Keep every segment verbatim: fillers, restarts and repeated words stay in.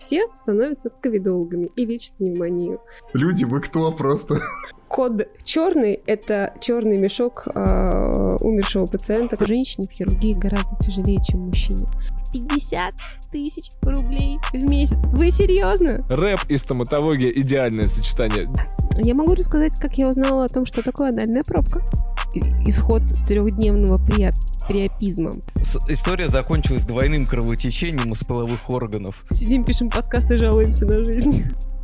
все становятся ковидологами и лечат пневмонию. Люди, вы кто просто? Код черный – это черный мешок э, умершего пациента. Женщине в хирургии гораздо тяжелее, чем мужчине. пятьдесят тысяч рублей в месяц. Вы серьезно? Рэп и стоматология – идеальное сочетание. Я могу рассказать, как я узнала о том, что такое анальная пробка. Исход трехдневного приопизма. История закончилась двойным кровотечением из половых органов. Сидим, пишем подкасты, жалуемся на жизнь.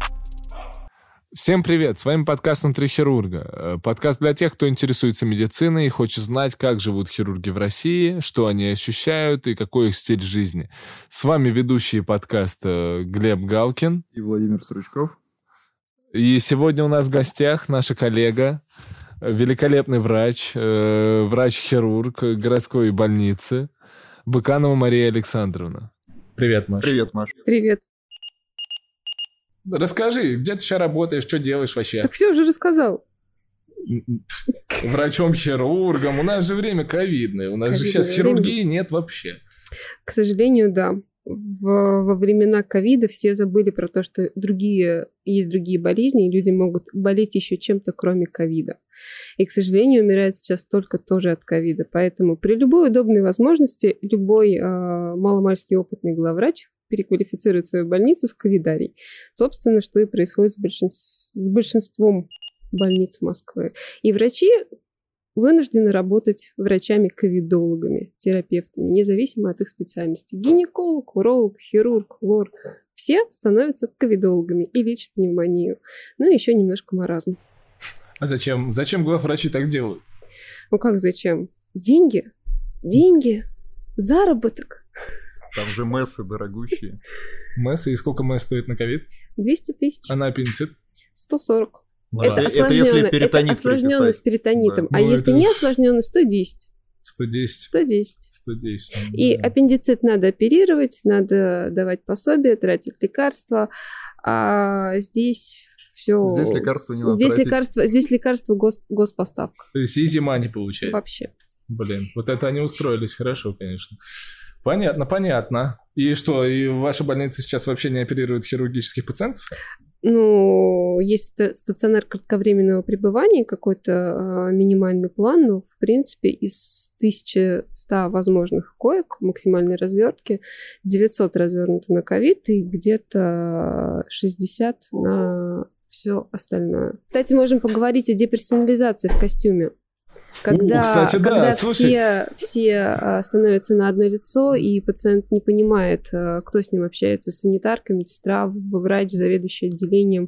Всем привет, с вами подкаст «Внутри хирурга». Подкаст для тех, кто интересуется медициной и хочет знать, как живут хирурги в России, что они ощущают и какой их стиль жизни. С вами ведущие подкаста Глеб Галкин и Владимир Стручков. И сегодня у нас в гостях наша коллега, великолепный врач, э, врач-хирург городской больницы Быканова Мария Александровна. Привет, Маша. Привет, Маша. Привет. Расскажи, где ты сейчас работаешь, что делаешь вообще? Так все уже рассказал. Врачом-хирургом. У нас же время ковидное. У нас ковидное же сейчас время. Хирургии нет вообще. К сожалению, да. В, во времена ковида все забыли про то, что другие, есть другие болезни, и люди могут болеть еще чем-то, кроме ковида. И, к сожалению, умирают сейчас только тоже от ковида. Поэтому при любой удобной возможности любой э, маломальски опытный главврач переквалифицирует свою больницу в ковидарий. Собственно, что и происходит с, большинств... с большинством больниц Москвы. И врачи вынуждены работать врачами-ковидологами, терапевтами, независимо от их специальности. Гинеколог, уролог, хирург, лор. Все становятся ковидологами и лечат пневмонию. Ну и еще немножко маразм. А зачем? Зачем главврачи так делают? Ну как зачем? Деньги. Деньги. Заработок. Там же мессы дорогущие. Мессы? И сколько месс стоит на ковид? двести тысяч. А на аппендицит? сто сорок. Да. Это, это, это если перитонит это осложненный с перитонитом. Да. А Ну, если это... не осложненный, сто десять. сто десять. сто десять. сто десять. И да. Аппендицит надо оперировать, надо давать пособие, тратить лекарства. А здесь все... Здесь лекарства не надо здесь тратить. Лекарства, здесь лекарства гос, господавка. То есть easy money получается. Вообще. Блин, вот это они устроились хорошо, конечно. Понятно, понятно. И что, и ваша больница сейчас вообще не оперирует хирургических пациентов? Ну, есть стационар кратковременного пребывания, какой-то э, минимальный план, но, в принципе, из тысячи ста возможных коек максимальной развертки девятьсот развернуты на ковид и где-то шестьдесят на все остальное. Кстати, можем поговорить о деперсонализации в костюме. Когда, О, кстати, да, когда слушай. все, все становятся на одно лицо, и пациент не понимает, кто с ним общается, санитарка, медсестра, врач, заведующий отделением,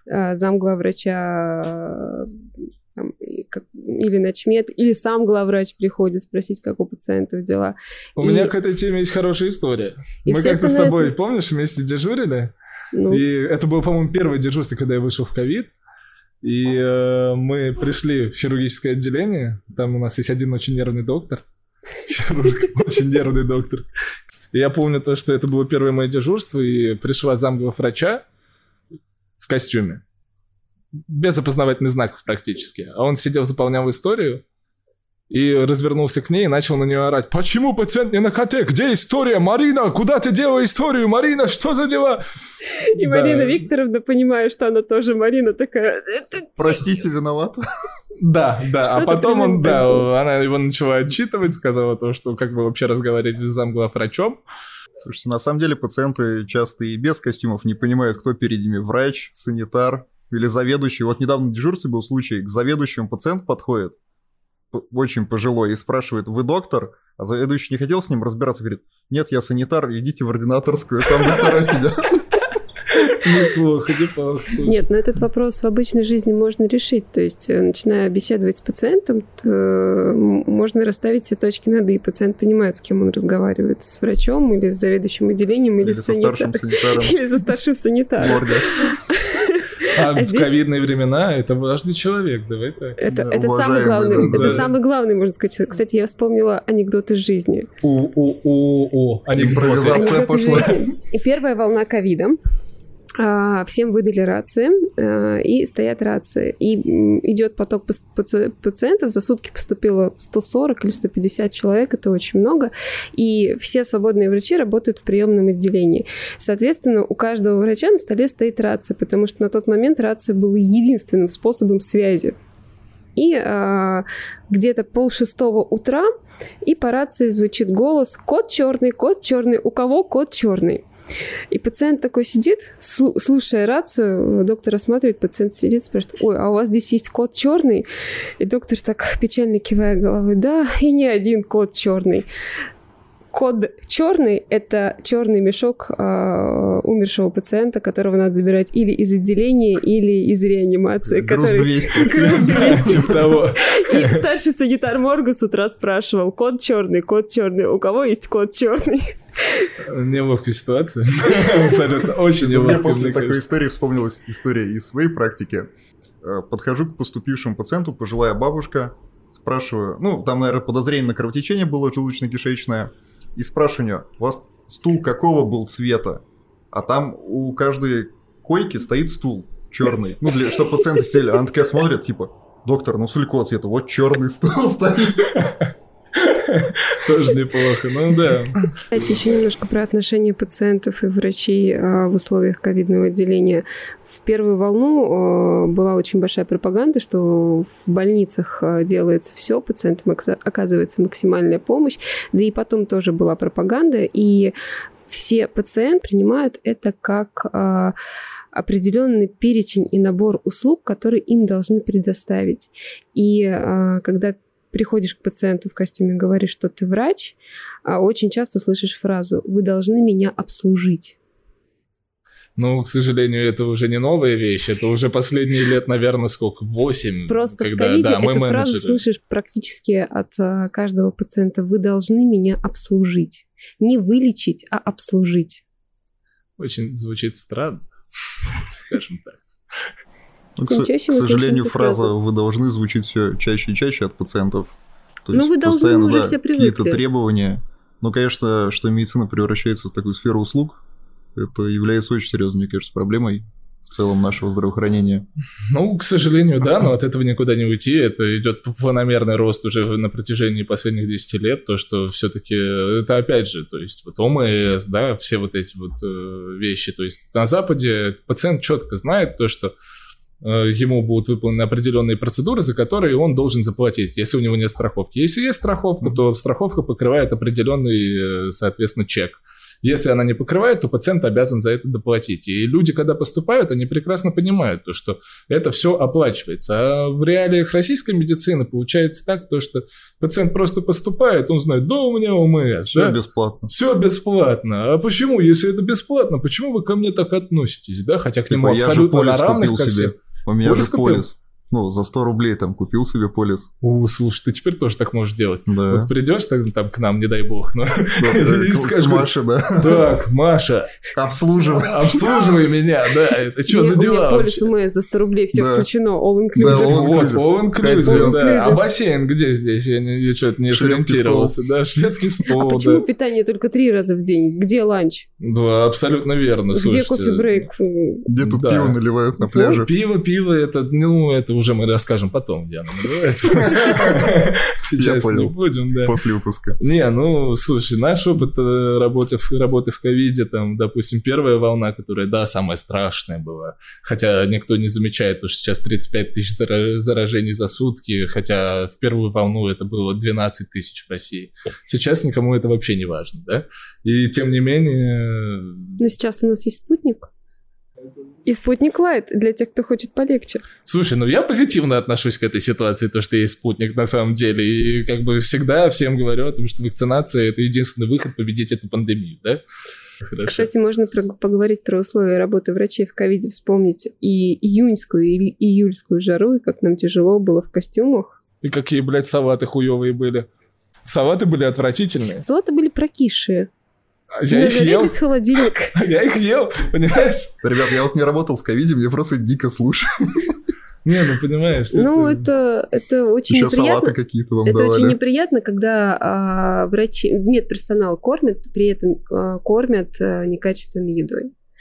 замглавврача там, или начмед, или сам главврач приходит спросить, как у пациентов дела. У и... меня к этой теме есть хорошая история. Мы как-то становятся... с тобой, помнишь, вместе дежурили? Ну. И это было, по-моему, первое дежурство, когда я вышел в ковид. И э, мы пришли в хирургическое отделение. Там у нас есть один очень нервный доктор. Хирург, очень нервный доктор. И я помню то, что это было первое мое дежурство, и пришла замглавврача в костюме. Без опознавательных знаков практически. А он сидел, заполнял историю, и развернулся к ней и начал на нее орать. «Почему пациент не на КТ? Где история? Марина, куда ты делала историю? Марина, что за дела?» И да. Марина Викторовна, понимая, что она тоже Марина, такая... «Простите, виновата». Да, да, что а потом он, да, она его начала отчитывать, сказала то, что как бы вообще разговаривать с замглавврачом. Слушайте, на самом деле пациенты часто и без костюмов не понимают, кто перед ними, врач, санитар или заведующий. Вот недавно в дежурстве был случай, к заведующему пациент подходит, очень пожилой, и спрашивает: «Вы доктор?» А заведующий не хотел с ним разбираться, говорит: «Нет, я санитар, идите в ординаторскую, там доктора сидят». Неплохо, неплохо. Нет, но этот вопрос в обычной жизни можно решить. То есть, начиная беседовать с пациентом, можно расставить все точки над «и». Пациент понимает, с кем он разговаривает: с врачом или с заведующим отделением, или, или с санитаром. Или со старшим санитаром. А, а в здесь... ковидные времена это важный человек, давай так. Это, да, это, самый главный, да, это да. самый главный, можно сказать. Кстати, я вспомнила анекдот из жизни. О-о-о-о, анекдот. Импровизация пошла. И первая волна ковида. всем выдали рации, и стоят рации. И идет поток пациентов. За сутки поступило сто сорок или сто пятьдесят человек, это очень много. И все свободные врачи работают в приемном отделении. Соответственно, у каждого врача на столе стоит рация, потому что на тот момент рация была единственным способом связи. И а, где-то полшестого утра, и по рации звучит голос: «Код черный, код черный, у кого код черный?» И пациент такой сидит, слушая рацию, доктор осматривает, пациент сидит, спрашивает: «Ой, а у вас здесь есть код черный?» И доктор так печально кивая головой: «Да, и не один код черный». Код черный – это черный мешок э, умершего пациента, которого надо забирать или из отделения, или из реанимации. Груз двести. Груз двести. И старший санитар морга с утра спрашивал: код черный, код черный, у кого есть код черный? Неловкая ситуация. Абсолютно, очень неловкая. Мне после такой истории вспомнилась история из своей практики. Подхожу к поступившему пациенту, пожилая бабушка, спрашиваю, ну, там, наверное, подозрение на кровотечение было желудочно-кишечное, и спрашиваю у нее: у вас стул какого был цвета? А там у каждой койки стоит стул черный, ну, для, чтобы пациенты сели. А она такая смотрит, типа: доктор, ну, сулькова цвета, вот черный стул стоит. Тоже неплохо, ну да. Кстати, еще немножко про отношения пациентов и врачей в условиях ковидного отделения. В первую волну была очень большая пропаганда, что в больницах делается все, пациентам оказывается максимальная помощь. Да и потом тоже была пропаганда, и все пациенты принимают это как определенный перечень и набор услуг, которые им должны предоставить. И когда приходишь к пациенту в костюме, говоришь, что ты врач, очень часто слышишь фразу: «Вы должны меня обслужить». Ну, к сожалению, это уже не новая вещь, это уже последние лет, наверное, сколько, восемь. Просто когда, в ковиде да, эту менеджеры. Фразу слышишь практически от а, каждого пациента: «Вы должны меня обслужить». Не вылечить, а обслужить. Очень звучит странно, скажем так. Ну, к, к сожалению, фраза «вы должны» звучит все чаще и чаще от пациентов. То ну, есть вы должны, постоянно, уже да, все привыкли. Какие-то требования. Но, конечно, что медицина превращается в такую сферу услуг, это является очень серьезной, мне кажется, проблемой в целом нашего здравоохранения. Ну, к сожалению, да, но от этого никуда не уйти. Это идет планомерный рост уже на протяжении последних десяти лет. То, что все-таки это опять же, то есть вот ОМС, да, все вот эти вот э, вещи. То есть на Западе пациент четко знает то, что ему будут выполнены определенные процедуры, за которые он должен заплатить, если у него нет страховки. Если есть страховка, то страховка покрывает определенный, соответственно, чек. Если она не покрывает, то пациент обязан за это доплатить. И люди, когда поступают, они прекрасно понимают, то, что это все оплачивается. А в реалиях российской медицины получается так, то, что пациент просто поступает, он знает: да, у меня ОМС. Все да? бесплатно. Все бесплатно. А почему, если это бесплатно, почему вы ко мне так относитесь? Да? Хотя к типа, нему абсолютно на равных, как все. У меня полис же полис. Ну, за сто рублей там купил себе полис. О, слушай, ты теперь тоже так можешь делать. Да. Вот придешь там, там к нам, не дай бог, но... И скажешь: Маша, да. Так, Маша. Обслуживай. Обслуживай меня, да. Это что за дела? У меня полис УМС за сто рублей, все включено, all inclusive. Вот, all inclusive, да. А бассейн где здесь? Я что-то не сориентировался. Да, шведский стол. А почему питание только три раза в день? Где ланч? Да, абсолютно верно. Где кофе-брейк? Где тут пиво наливают на пляже? Пиво, пиво, это, ну, это уже мы расскажем потом, где оно наливается. Сейчас не будем, да. После выпуска. Не, ну, слушай, наш опыт работы в, работы в ковиде, там, допустим, первая волна, которая, да, самая страшная была, хотя никто не замечает, что сейчас тридцать пять тысяч заражений за сутки, хотя в первую волну это было двенадцать тысяч в России. Сейчас никому это вообще не важно, да? И тем не менее... Но сейчас у нас есть спутник. И спутник Лайт для тех, кто хочет полегче. Слушай, ну я позитивно отношусь к этой ситуации, то, что есть спутник на самом деле. И как бы всегда всем говорю о том, что вакцинация – это единственный выход победить эту пандемию, да? Хорошо. Кстати, можно про- поговорить про условия работы врачей в ковиде, вспомнить и июньскую, и июльскую жару, и как нам тяжело было в костюмах. И какие, блядь, салаты хуёвые были. Салаты были отвратительные. Салаты были прокисшие. Я На их заре ел. без холодильника. Я их ел, понимаешь? Ребят, я вот не работал в ковиде, мне просто дико слушать. Не, ну понимаешь. Ну, это, это очень Еще неприятно. салаты какие-то вам это давали. очень неприятно, когда а, врачи, медперсонал кормят, при этом а, кормят а, некачественной едой.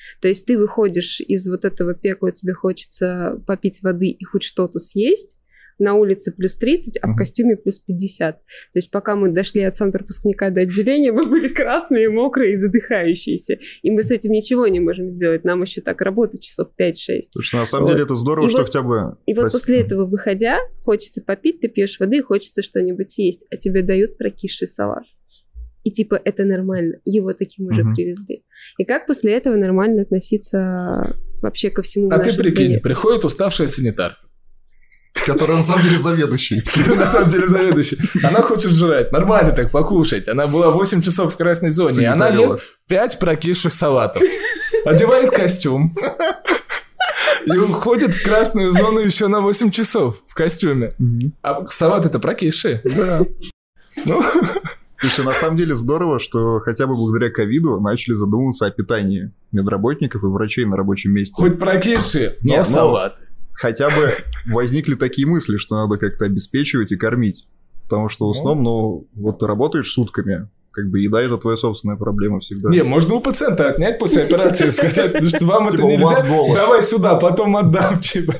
То есть ты выходишь из вот этого пекла, тебе хочется попить воды и хоть что-то съесть, на улице плюс тридцать, а в костюме плюс пятьдесят. То есть пока мы дошли от санпропускника до отделения, мы были красные, мокрые и задыхающиеся. И мы с этим ничего не можем сделать. Нам еще так работать часов пять-шесть. Слушай, на самом вот. деле это здорово, и что вот, хотя бы... И вот после этого, выходя, хочется попить, ты пьешь воды, хочется что-нибудь съесть, а тебе дают прокисший салат. И типа это нормально. Его таким уже uh-huh. привезли. И как после этого нормально относиться вообще ко всему? А ты прикинь, стране? Приходит уставшая санитарка. Которая на самом деле заведующий. На самом деле заведующий. Она хочет жрать, нормально так покушать. Она была восемь часов в красной зоне. И она ест пять прокисших салатов. Одевает костюм. И уходит в красную зону еще на восемь часов в костюме. А салаты-то прокисшие. Да. Ну... Слушай, на самом деле здорово, что хотя бы благодаря ковиду начали задумываться о питании медработников и врачей на рабочем месте. Хоть прокисшие, но Нет, салаты. Хотя бы возникли такие мысли, что надо как-то обеспечивать и кормить. Потому что в основном, ну, вот ты работаешь сутками, как бы еда – это твоя собственная проблема всегда. Не, можно у пациента отнять после операции, сказать, что вам это нельзя, давай сюда, потом отдам, типа.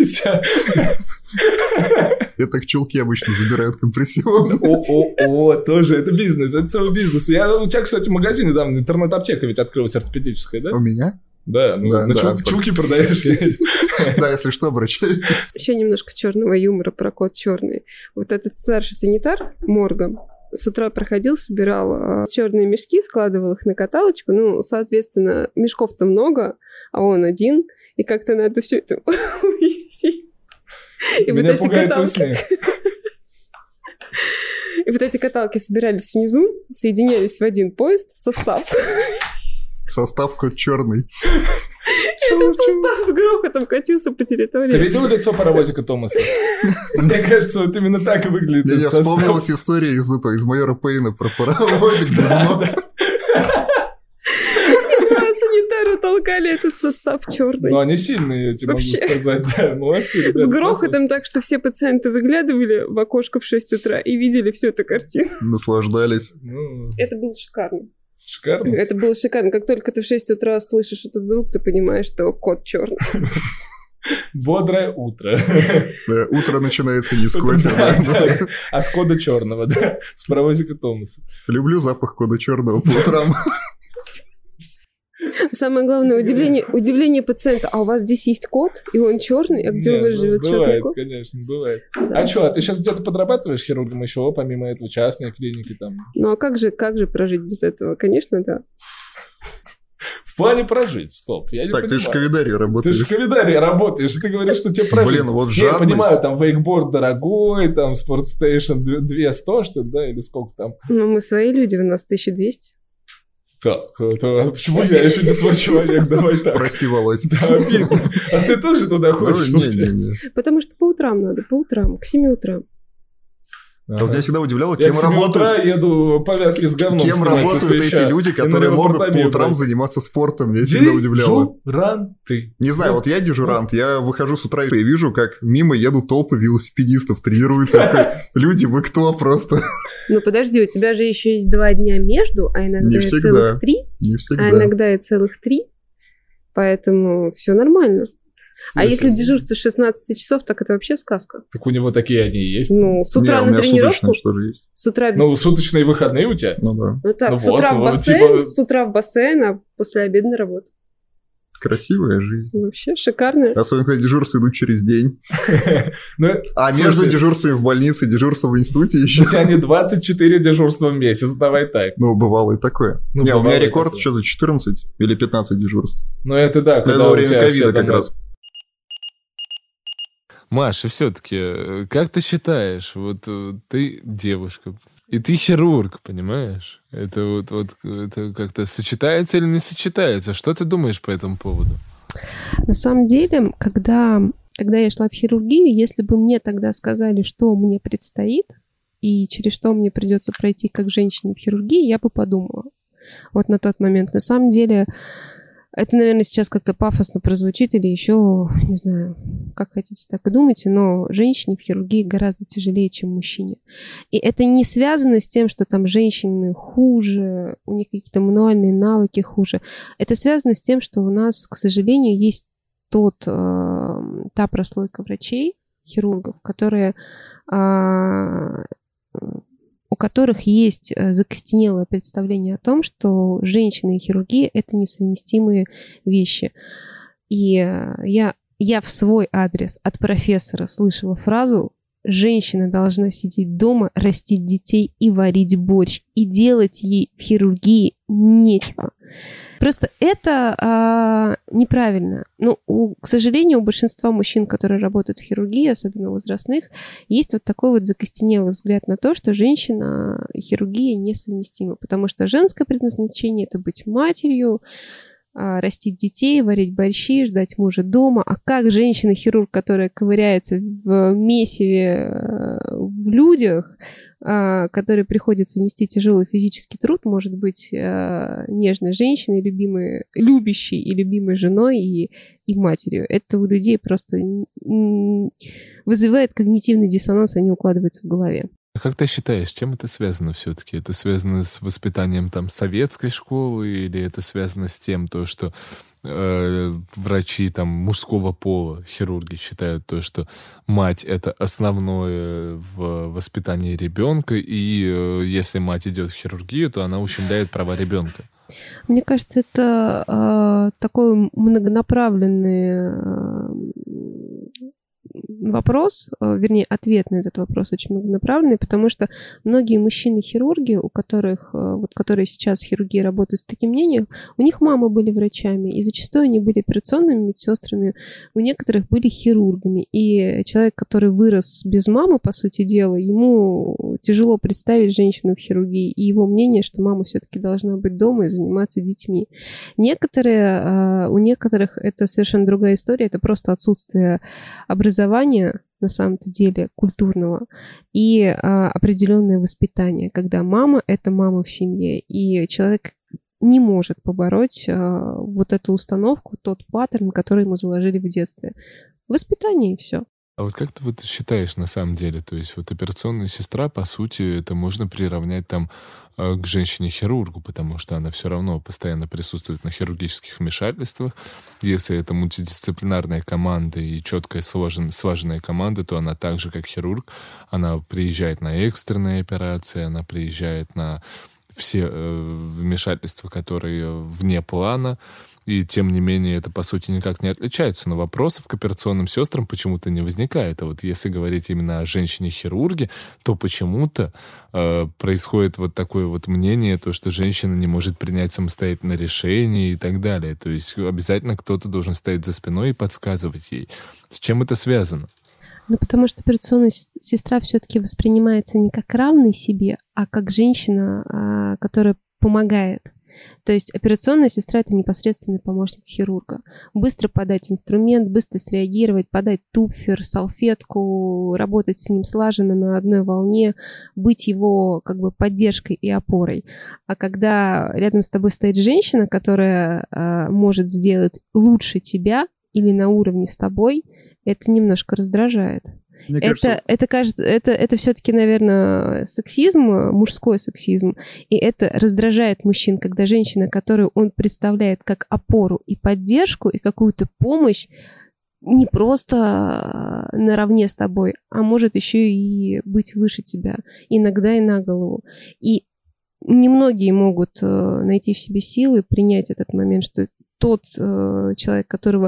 Это к чулке обычно забирают компрессионно. О-о-о, тоже, это бизнес, это целый бизнес. Я, у тебя, кстати, магазин недавно, интернет-аптека ведь открылась ортопедическая, да? У меня? Да, ну, да, на да, чул- да. чулки продаешь. Да, если что, обращайтесь. Еще немножко черного юмора про кот черный. Вот этот старший санитар морга с утра проходил, собирал э, черные мешки, складывал их на каталочку. Ну, соответственно, мешков-то много, а он один. И как-то надо все это увезти. И Меня вот пугает каталки... усмех. И вот эти каталки собирались внизу, соединялись в один поезд, состав. Состав кот черный. Этот состав с грохотом катился по территории. Ты видел лицо паровозика Томаса? Мне кажется, вот именно так и выглядит этот состав. Я вспомнилась история из этого, из майора Пейна про паровозик без ног. Санитары толкали этот состав черный. Ну, они сильные, я тебе могу сказать. Да, молодцы. С грохотом так, что все пациенты выглядывали в окошко в шесть утра и видели всю эту картину. Наслаждались. Это было шикарно. Шикарно? Это было шикарно. Как только ты в шесть утра слышишь этот звук, ты понимаешь, что кот черный. Бодрое утро. Да, утро начинается не с кофе, да, да, а с кода черного, да, с паровозика Томаса. Люблю запах кода черного по утрам. Самое главное удивление, удивление пациента. А у вас здесь есть кот, и он черный? А где Нет, у вас ну, живет бывает, черный кот? Конечно, бывает. Да. А что, а ты сейчас где-то подрабатываешь хирургом еще, помимо этого, частной клиники там? Ну а как же, как же прожить без этого? Конечно, да. В плане прожить, стоп, я не так, понимаю. ты же в ковидарии работаешь. Ты же в ковидарии работаешь, ты говоришь, что тебе прожить. Блин, вот жадность. Я понимаю, там вейкборд дорогой, там спортстейшн две сто, что ли, да, или сколько там? Ну мы свои люди, у нас тысяча двести. Так, это, почему я еще не свой человек? Давай так. Прости, Володь. Да, обидно. А ты тоже туда хочешь? Ну, не, не, не. Потому что по утрам надо, по утрам, к семи утра. Ага. А вот меня всегда удивляло, я кем работают... Я еду повязки с говном. Кем работают эти люди, которые могут по утрам заниматься спортом. Меня всегда удивляло. Дежуранты. Не знаю, вот я дежурант, я выхожу с утра и вижу, как мимо едут толпы велосипедистов, тренируются. Люди, вы кто просто? Ну подожди, у тебя же еще есть два дня между, а иногда и целых три. Не всегда. А иногда и целых три. Поэтому все нормально. Слушай, а если дежурство с шестнадцати часов, так это вообще сказка. Так у него такие они и есть. Ну, с утра Не, на тренировку. Суточные, что же есть. С утра без... Ну, суточные выходные у тебя? Ну да. Ну так, ну, с вот, утра ну, в бассейн, типа... с утра в бассейн, а после обеда на работу. Красивая жизнь. Вообще шикарная. Особенно, когда дежурства идут через день. ну, а слушай, между дежурствами в больнице, дежурство в институте еще. У тебя не двадцать четыре дежурства в месяц, давай так. Ну, бывало и такое. Ну, не, у меня рекорд такое. что за четырнадцать или пятнадцать дежурств. Ну, это да, когда это у время тебя ковида как там... раз. Маша, все-таки, как ты считаешь, вот ты девушка, и ты хирург, понимаешь? Это вот, вот это как-то сочетается или не сочетается? Что ты думаешь по этому поводу? На самом деле, когда, когда я шла в хирургию, если бы мне тогда сказали, что мне предстоит и через что мне придется пройти как женщине в хирургии, я бы подумала. Вот на тот момент. На самом деле, Это, наверное, сейчас как-то пафосно прозвучит или еще, не знаю, как хотите, так и думайте, но женщине в хирургии гораздо тяжелее, чем мужчине. И это не связано с тем, что там женщины хуже, у них какие-то мануальные навыки хуже. Это связано с тем, что у нас, к сожалению, есть тот, э, та прослойка врачей, хирургов, которые... Э, у которых есть закостенелое представление о том, что женщина и хирургия — это несовместимые вещи. И я, я в свой адрес от профессора слышала фразу: женщина должна сидеть дома, растить детей и варить борщ, и делать ей в хирургии нечего. Просто это а, неправильно. Ну, у, к сожалению, у большинства мужчин, которые работают в хирургии, особенно возрастных, есть вот такой вот закостенелый взгляд на то, что женщина и хирургия несовместимы, потому что женское предназначение — это быть матерью, а, растить детей, варить борщи, ждать мужа дома. А как женщина-хирург, которая ковыряется в месиве в людях, которой приходится нести тяжелый физический труд, может быть э, нежной женщиной, любимой, любящей и любимой женой и, и матерью. Это у людей просто вызывает когнитивный диссонанс, а не укладывается в голове. А как ты считаешь, чем это связано все-таки? Это связано с воспитанием там советской школы, или это связано с тем, то, что э, врачи там мужского пола, хирурги, считают то, что мать — это основное в воспитании ребенка, и э, если мать идет в хирургию, то она ущемляет права ребенка? Мне кажется, это э, такой многонаправленный э, вопрос, вернее, ответ на этот вопрос очень многонаправленный, потому что многие мужчины-хирурги, у которых, вот, которые сейчас в хирургии работают с таким мнением, у них мамы были врачами, и зачастую они были операционными медсестрами, у некоторых были хирургами. И человек, который вырос без мамы, по сути дела, ему тяжело представить женщину в хирургии, и его мнение, что мама все-таки должна быть дома и заниматься детьми. Некоторые, у некоторых это совершенно другая история, это просто отсутствие образования, на самом-то деле, культурного, и а, определенное воспитание, когда мама — это мама в семье, и человек не может побороть а, вот эту установку, тот паттерн, который ему заложили в детстве. Воспитание и все. А вот как ты вот считаешь на самом деле? То есть вот операционная сестра, по сути, это можно приравнять там к женщине-хирургу, потому что она все равно постоянно присутствует на хирургических вмешательствах. Если это мультидисциплинарная команда и четкая слажен, слаженная команда, то она так же, как хирург, она приезжает на экстренные операции, она приезжает на все э, вмешательства, которые вне плана, и тем не менее это, по сути, никак не отличается. Но вопросов к операционным сестрам почему-то не возникает. А вот если говорить именно о женщине-хирурге, то почему-то э, происходит вот такое вот мнение, то, что женщина не может принять самостоятельное решение и так далее. То есть обязательно кто-то должен стоять за спиной и подсказывать ей. С чем это связано? Ну, потому что операционная сестра все-таки воспринимается не как равный себе, а как женщина, которая помогает. То есть операционная сестра — это непосредственный помощник хирурга. Быстро подать инструмент, быстро среагировать, подать тупфер, салфетку, работать с ним слаженно на одной волне, быть его как бы поддержкой и опорой. А когда рядом с тобой стоит женщина, которая э, может сделать лучше тебя или на уровне с тобой, это немножко раздражает. Мне это, кажется... это, кажется, это, это все-таки, наверное, сексизм, мужской сексизм. И это раздражает мужчин, когда женщина, которую он представляет как опору и поддержку, и какую-то помощь, не просто наравне с тобой, а может еще и быть выше тебя, иногда и на голову. И немногие могут найти в себе силы принять этот момент, что тот человек, которого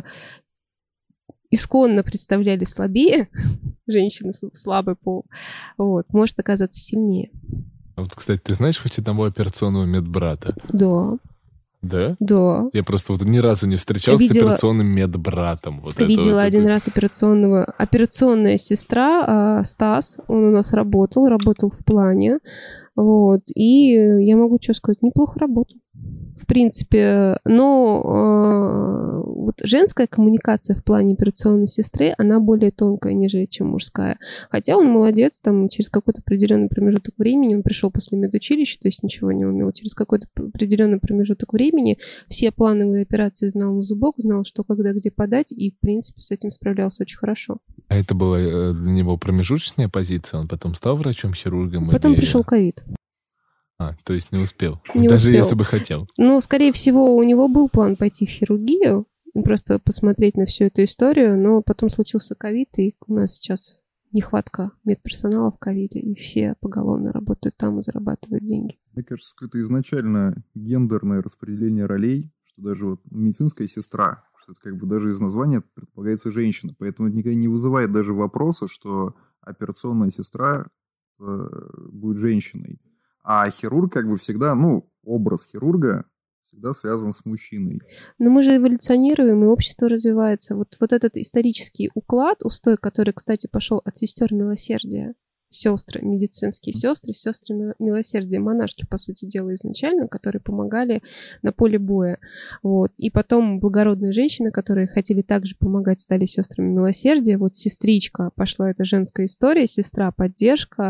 исконно представляли слабее, женщина слабый пол, вот, может оказаться сильнее. А вот, кстати, ты знаешь хоть одного операционного медбрата? Да. Да? Да. Я просто вот ни разу не встречался видела... с операционным медбратом. Вот видела это, один это... раз операционного... Операционная сестра, Стас, он у нас работал, работал в плане, вот, и я могу что сказать, неплохо работал. В принципе, но э, вот вот женская коммуникация в плане операционной сестры, она более тонкая, нежели чем мужская. Хотя он молодец, там через какой-то определенный промежуток времени, он пришел после медучилища, то есть ничего не умел, через какой-то определенный промежуток времени все плановые операции знал на зубок, знал, что когда где подать, и, в принципе, с этим справлялся очень хорошо. А это была для него промежуточная позиция? Он потом стал врачом-хирургом? Потом или... пришел ковид. А, то есть не успел? Не Даже успел. если бы хотел? Ну, скорее всего, у него был план пойти в хирургию, просто посмотреть на всю эту историю, но потом случился ковид, и у нас сейчас нехватка медперсонала в ковиде, и все поголовно работают там и зарабатывают деньги. Мне кажется, какое-то изначально гендерное распределение ролей, что даже вот медицинская сестра, что это как бы даже из названия предполагается женщина, поэтому это никогда не вызывает даже вопроса, что операционная сестра э, будет женщиной. А хирург как бы всегда, ну, образ хирурга всегда связан с мужчиной. Но мы же эволюционируем, и общество развивается. Вот, вот этот исторический уклад, устой, который, кстати, пошел от сестер милосердия, сестры, медицинские сестры, сестры милосердия, монашки, по сути дела, изначально, которые помогали на поле боя. Вот. И потом благородные женщины, которые хотели также помогать, стали сестрами милосердия. Вот сестричка пошла, это женская история, сестра, поддержка.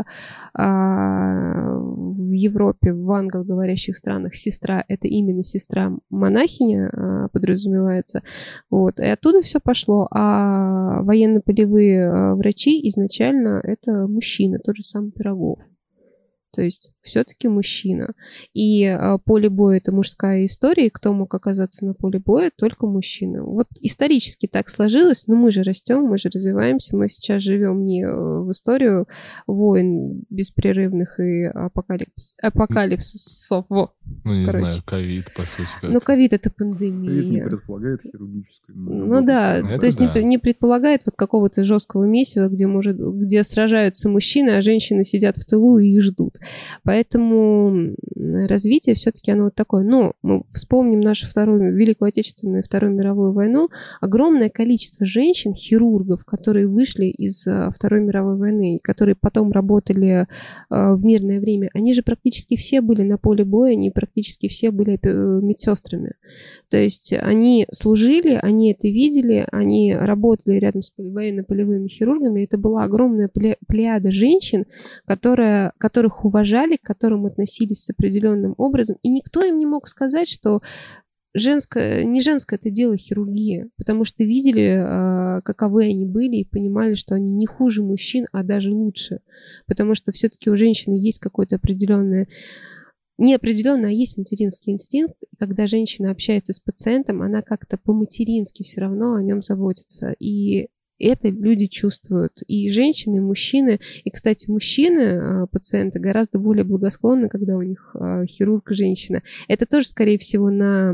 А в Европе, в англоговорящих странах сестра — это именно сестра-монахиня, подразумевается. Вот. И оттуда все пошло. А военно-полевые врачи изначально это мужчины. Тот же самый Пирогов. То есть все-таки мужчина. И э, поле боя — это мужская история, и кто мог оказаться на поле боя? Только мужчина. Вот исторически так сложилось, но мы же растем, мы же развиваемся, мы сейчас живем не в историю войн беспрерывных и апокалипс... апокалипсисов. Во. Ну, не Короче. знаю, ковид, по сути. Как... Ну, ковид — это пандемия. Ковид не предполагает хирургическую. Ну да, Это то есть да. не, не предполагает вот какого-то жесткого месива, где, может, где сражаются мужчины, а женщины сидят в тылу и их ждут. Поэтому развитие все-таки оно вот такое. Но мы вспомним нашу вторую, Великую Отечественную и Вторую мировую войну. Огромное количество женщин, хирургов, которые вышли из Второй мировой войны, которые потом работали в мирное время, они же практически все были на поле боя, они практически все были медсестрами. То есть они служили, они это видели, они работали рядом с военно-полевыми хирургами. Это была огромная плеяда женщин, которая, которых уважали, к которым относились с определенным образом. И никто им не мог сказать, что женское, не женское это дело хирургия, потому что видели, каковы они были, и понимали, что они не хуже мужчин, а даже лучше. Потому что все-таки у женщины есть какое-то определенное Не определенно, а есть материнский инстинкт. Когда женщина общается с пациентом, она как-то по-матерински все равно о нем заботится. И это люди чувствуют. И женщины, и мужчины. И, кстати, мужчины, пациенты, гораздо более благосклонны, когда у них хирург женщина. Это тоже, скорее всего, на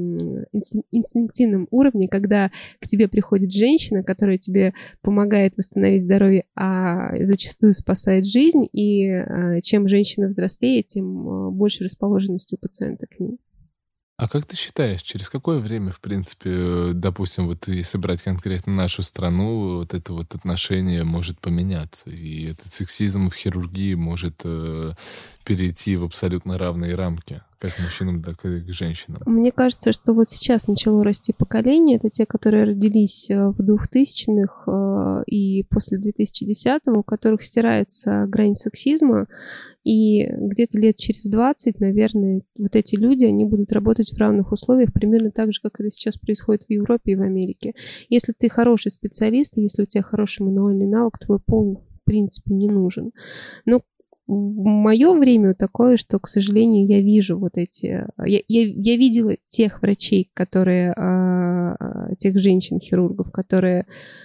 инстинктивном уровне, когда к тебе приходит женщина, которая тебе помогает восстановить здоровье, а зачастую спасает жизнь. И чем женщина взрослеет, тем больше расположенности у пациента к ней. А как ты считаешь, через какое время, в принципе, допустим, вот если брать конкретно нашу страну, вот это вот отношение может поменяться, и этот сексизм в хирургии может э, перейти в абсолютно равные рамки, как к мужчинам, так и к женщинам? Мне кажется, что вот сейчас начало расти поколение, это те, которые родились в двухтысячных э, и после две тысячи десятого, у которых стирается грань сексизма, и где-то лет через двадцать, наверное, вот эти люди, они будут работать в равных условиях, примерно так же, как это сейчас происходит в Европе и в Америке. Если ты хороший специалист, если у тебя хороший мануальный навык, твой пол, в принципе, не нужен. Но в мое время такое, что, к сожалению, я вижу вот эти... Я, я, я видела тех врачей, которые... тех женщин-хирургов, которые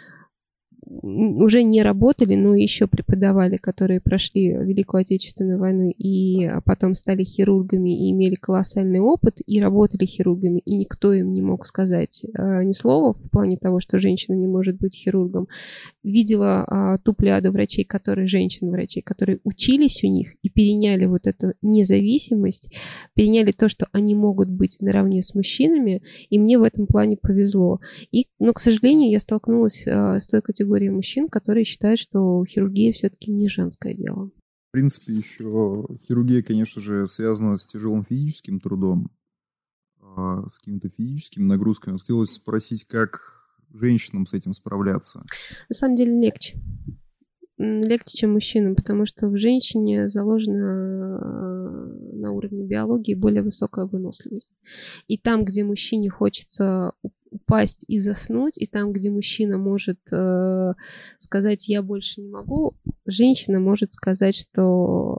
уже не работали, но еще преподавали, которые прошли Великую Отечественную войну и потом стали хирургами и имели колоссальный опыт, и работали хирургами, и никто им не мог сказать э, ни слова в плане того, что женщина не может быть хирургом. Видела э, ту плеяду врачей, которые, женщин-врачей, которые учились у них и переняли вот эту независимость, переняли то, что они могут быть наравне с мужчинами, и мне в этом плане повезло. И, но, к сожалению, я столкнулась э, с той категорией мужчин, которые считают, что хирургия все-таки не женское дело. В принципе, еще хирургия, конечно же, связана с тяжелым физическим трудом. с какими-то физическими нагрузками. Хотелось спросить, как женщинам с этим справляться? На самом деле легче. Легче, чем мужчинам, потому что в женщине заложена на уровне биологии более высокая выносливость. И там, где мужчине хочется упасть и заснуть, и там, где мужчина может э, сказать «я больше не могу», женщина может сказать, что...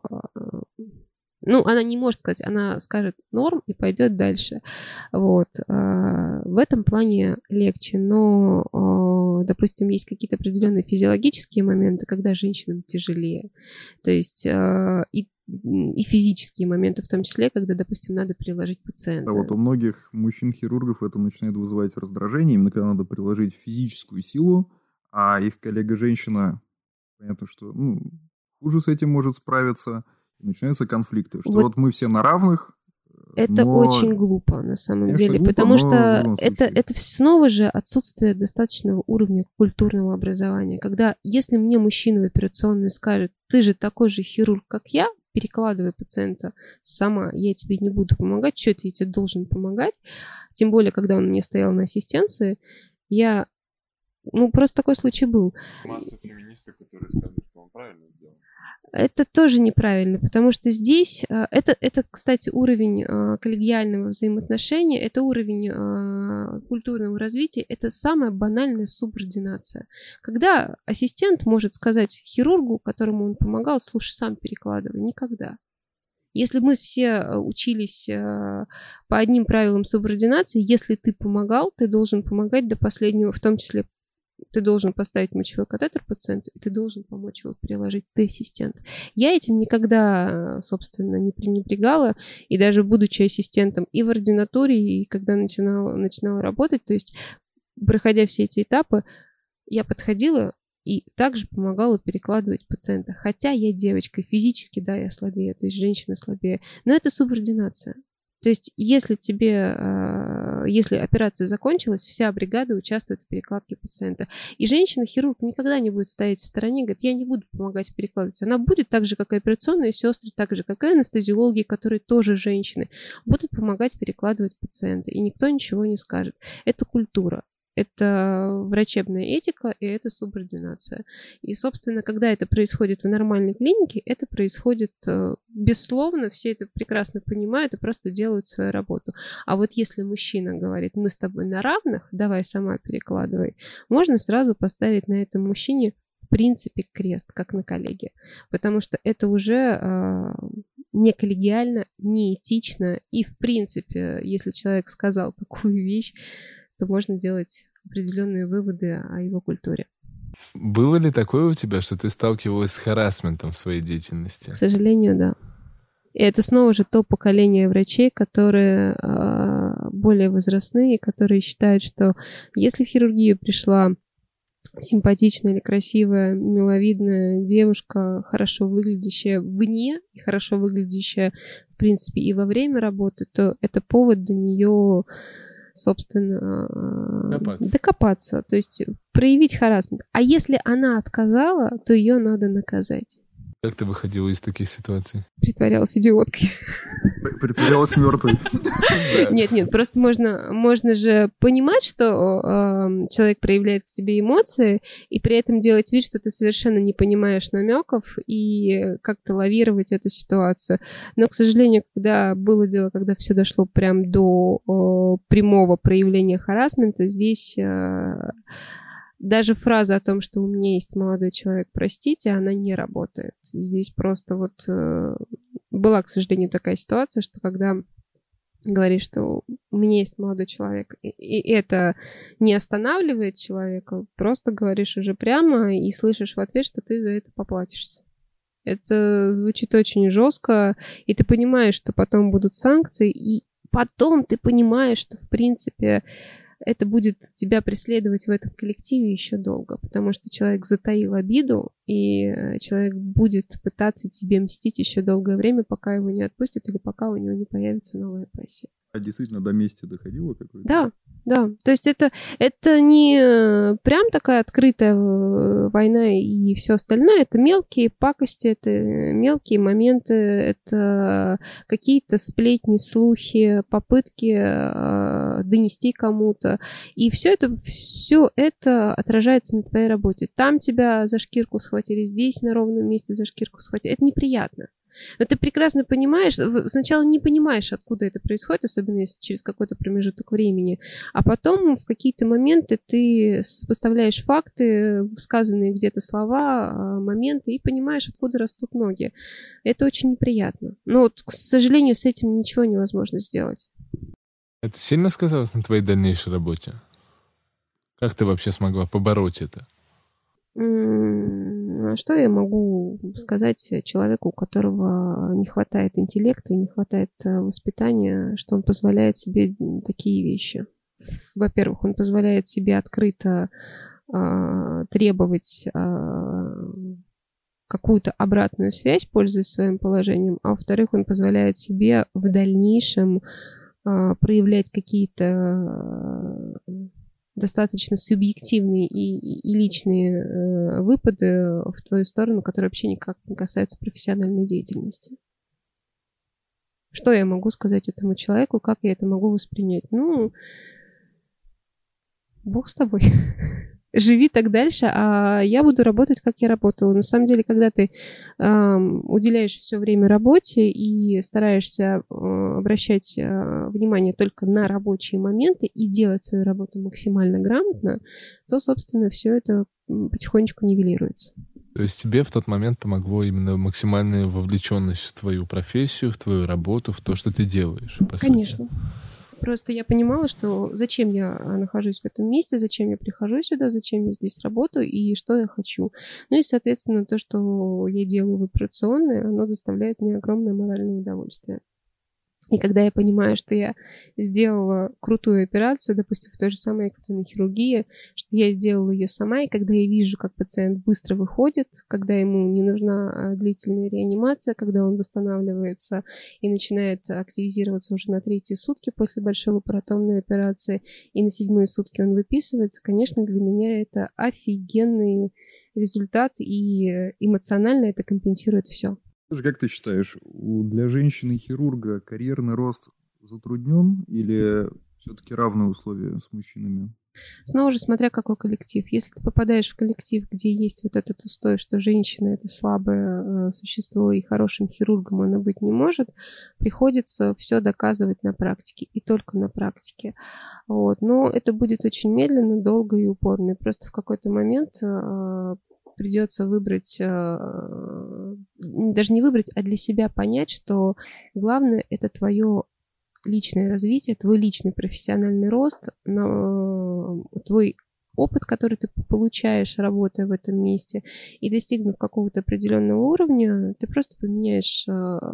Ну, она не может сказать, она скажет норм и пойдет дальше. Вот. В этом плане легче, но, допустим, есть какие-то определенные физиологические моменты, когда женщинам тяжелее. То есть и, и физические моменты в том числе, когда, допустим, надо приложить пациента. Да, вот у многих мужчин-хирургов это начинает вызывать раздражение, именно когда надо приложить физическую силу, а их коллега-женщина, понятно, что ну, хуже с этим может справиться. Начинаются конфликты, что вот, вот мы все на равных. Это но... очень глупо на самом Конечно, деле, глупо, потому что это, это снова же отсутствие достаточного уровня культурного образования. Когда, если мне мужчина в операционной скажет, ты же такой же хирург, как я, перекладывай пациента сама, я тебе не буду помогать, что это я тебе должен помогать, тем более, когда он мне стоял на ассистенции, я, ну, просто такой случай был. Масса феминисток, которые скажут, что он правильно сделал. Это тоже неправильно, потому что здесь, это, это, кстати, уровень коллегиального взаимоотношения, это уровень культурного развития, это самая банальная субординация. Когда ассистент может сказать хирургу, которому он помогал, слушай, сам перекладывай, никогда. Если мы все учились по одним правилам субординации, если ты помогал, ты должен помогать до последнего, в том числе ты должен поставить мочевой катетер пациенту, и ты должен помочь его переложить, ты ассистент. Я этим никогда, собственно, не пренебрегала, и даже будучи ассистентом и в ординатуре, и когда начинала, начинала работать, то есть, проходя все эти этапы, я подходила и также помогала перекладывать пациента. Хотя я девочка, физически, да, я слабее, то есть женщина слабее, но это субординация. То есть, если тебе, если операция закончилась, вся бригада участвует в перекладке пациента. И женщина-хирург никогда не будет стоять в стороне, говорит, я не буду помогать перекладывать. Она будет так же, как и операционные сестры, так же, как и анестезиологи, которые тоже женщины, будут помогать перекладывать пациента. И никто ничего не скажет. Это культура. Это врачебная этика и это субординация. И, собственно, когда это происходит в нормальной клинике, это происходит бессловно, все это прекрасно понимают и просто делают свою работу. А вот если мужчина говорит, мы с тобой на равных, давай сама перекладывай, можно сразу поставить на этом мужчине в принципе крест, как на коллеге. Потому что это уже э, не коллегиально, не этично. И, в принципе, если человек сказал такую вещь, то можно делать определенные выводы о его культуре. Было ли такое у тебя, что ты сталкивалась с харассментом в своей деятельности? К сожалению, да. И это снова же то поколение врачей, которые э, более возрастные, которые считают, что если в хирургию пришла симпатичная или красивая, миловидная девушка, хорошо выглядящая вне и хорошо выглядящая, в принципе, и во время работы, то это повод для нее... собственно, Докопаться. докопаться, то есть проявить харассмент. А если она отказала, то ее надо наказать. Как ты выходила из таких ситуаций? Притворялась идиоткой. Притворялась мертвой. Нет, нет, просто можно, можно же понимать, что э, человек проявляет к тебе эмоции, и при этом делать вид, что ты совершенно не понимаешь намеков, и как-то лавировать эту ситуацию. Но, к сожалению, когда было дело, когда все дошло прям до э, прямого проявления харассмента, здесь... Э, Даже фраза о том, что у меня есть молодой человек, простите, она не работает. Здесь просто вот э, была, к сожалению, такая ситуация, что когда говоришь, что у меня есть молодой человек, и, и это не останавливает человека, просто говоришь уже прямо и слышишь в ответ, что ты за это поплатишься. Это звучит очень жестко, и ты понимаешь, что потом будут санкции, и потом ты понимаешь, что, в принципе... это будет тебя преследовать в этом коллективе еще долго, потому что человек затаил обиду, и человек будет пытаться тебе мстить еще долгое время, пока его не отпустят или пока у него не появится новая пассия. А действительно до мести доходило какое-то? Да, да. То есть это, это не прям такая открытая война и все остальное. Это мелкие пакости, это мелкие моменты, это какие-то сплетни, слухи, попытки э, донести кому-то. И все это, все это отражается на твоей работе. Там тебя за шкирку схватили, здесь на ровном месте за шкирку схватили. Это неприятно. Но ты прекрасно понимаешь, сначала не понимаешь, откуда это происходит, особенно если через какой-то промежуток времени, а потом в какие-то моменты ты сопоставляешь факты, сказанные где-то слова, моменты, и понимаешь, откуда растут ноги. Это очень неприятно. Но, вот, к сожалению, с этим ничего невозможно сделать. Это сильно сказалось на твоей дальнейшей работе? Как ты вообще смогла побороть это? Что я могу сказать человеку, у которого не хватает интеллекта и не хватает воспитания, что он позволяет себе такие вещи? Во-первых, он позволяет себе открыто э, требовать э, какую-то обратную связь, пользуясь своим положением, а во-вторых, он позволяет себе в дальнейшем э, проявлять какие-то э, достаточно субъективные и, и, и личные э, выпады в твою сторону, которые вообще никак не касаются профессиональной деятельности. Что я могу сказать этому человеку, как я это могу воспринять? Ну, Бог с тобой. Живи так дальше, а я буду работать, как я работала. На самом деле, когда ты э, уделяешь все время работе и стараешься э, обращать э, внимание только на рабочие моменты и делать свою работу максимально грамотно, то, собственно, все это потихонечку нивелируется. То есть тебе в тот момент помогло именно максимальная вовлеченность в твою профессию, в твою работу, в то, что ты делаешь, по Конечно. сути. Просто я понимала, что зачем я нахожусь в этом месте, зачем я прихожу сюда, зачем я здесь работаю и что я хочу. Ну и, соответственно, то, что я делаю в операционной, оно доставляет мне огромное моральное удовольствие. И когда я понимаю, что я сделала крутую операцию, допустим, в той же самой экстренной хирургии, что я сделала ее сама, и когда я вижу, как пациент быстро выходит, когда ему не нужна длительная реанимация, когда он восстанавливается и начинает активизироваться уже на третьи сутки после большой лапаротомной операции, и на седьмые сутки он выписывается, конечно, для меня это офигенный результат, и эмоционально это компенсирует все. Как ты считаешь, для женщины-хирурга карьерный рост затруднен или все-таки равные условия с мужчинами? Снова же, смотря какой коллектив. Если ты попадаешь в коллектив, где есть вот этот устой, что женщина — это слабое э, существо, и хорошим хирургом она быть не может, приходится все доказывать на практике, и только на практике. Вот. Но это будет очень медленно, долго и упорно. И просто в какой-то момент э, придется выбрать, даже не выбрать, а для себя понять, что главное — это твое личное развитие, твой личный профессиональный рост, твой опыт, который ты получаешь, работая в этом месте, и достигнув какого-то определенного уровня, ты просто поменяешь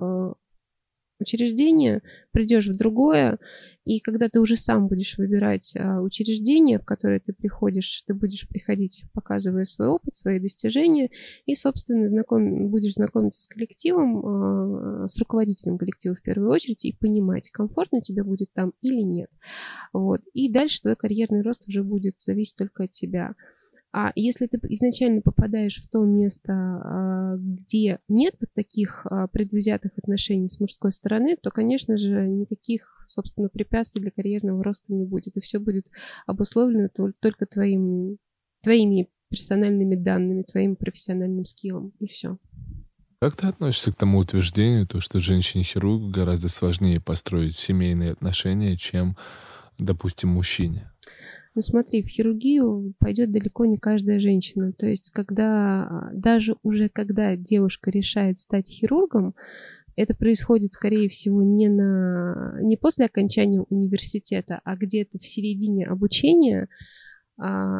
учреждение, придешь в другое, и когда ты уже сам будешь выбирать а, учреждение, в которое ты приходишь, ты будешь приходить, показывая свой опыт, свои достижения, и, собственно, знаком, будешь знакомиться с коллективом, а, с руководителем коллектива в первую очередь, и понимать, комфортно тебе будет там или нет. Вот. И дальше твой карьерный рост уже будет зависеть только от тебя. А если ты изначально попадаешь в то место, где нет вот таких предвзятых отношений с мужской стороны, то, конечно же, никаких, собственно, препятствий для карьерного роста не будет. И все будет обусловлено только твоим, твоими персональными данными, твоим профессиональным скиллом, и все. Как ты относишься к тому утверждению, то, что женщине-хирургу гораздо сложнее построить семейные отношения, чем, допустим, мужчине? Ну смотри, в хирургию пойдет далеко не каждая женщина. То есть, когда даже уже когда девушка решает стать хирургом, это происходит, скорее всего, не, на, не после окончания университета, а где-то в середине обучения.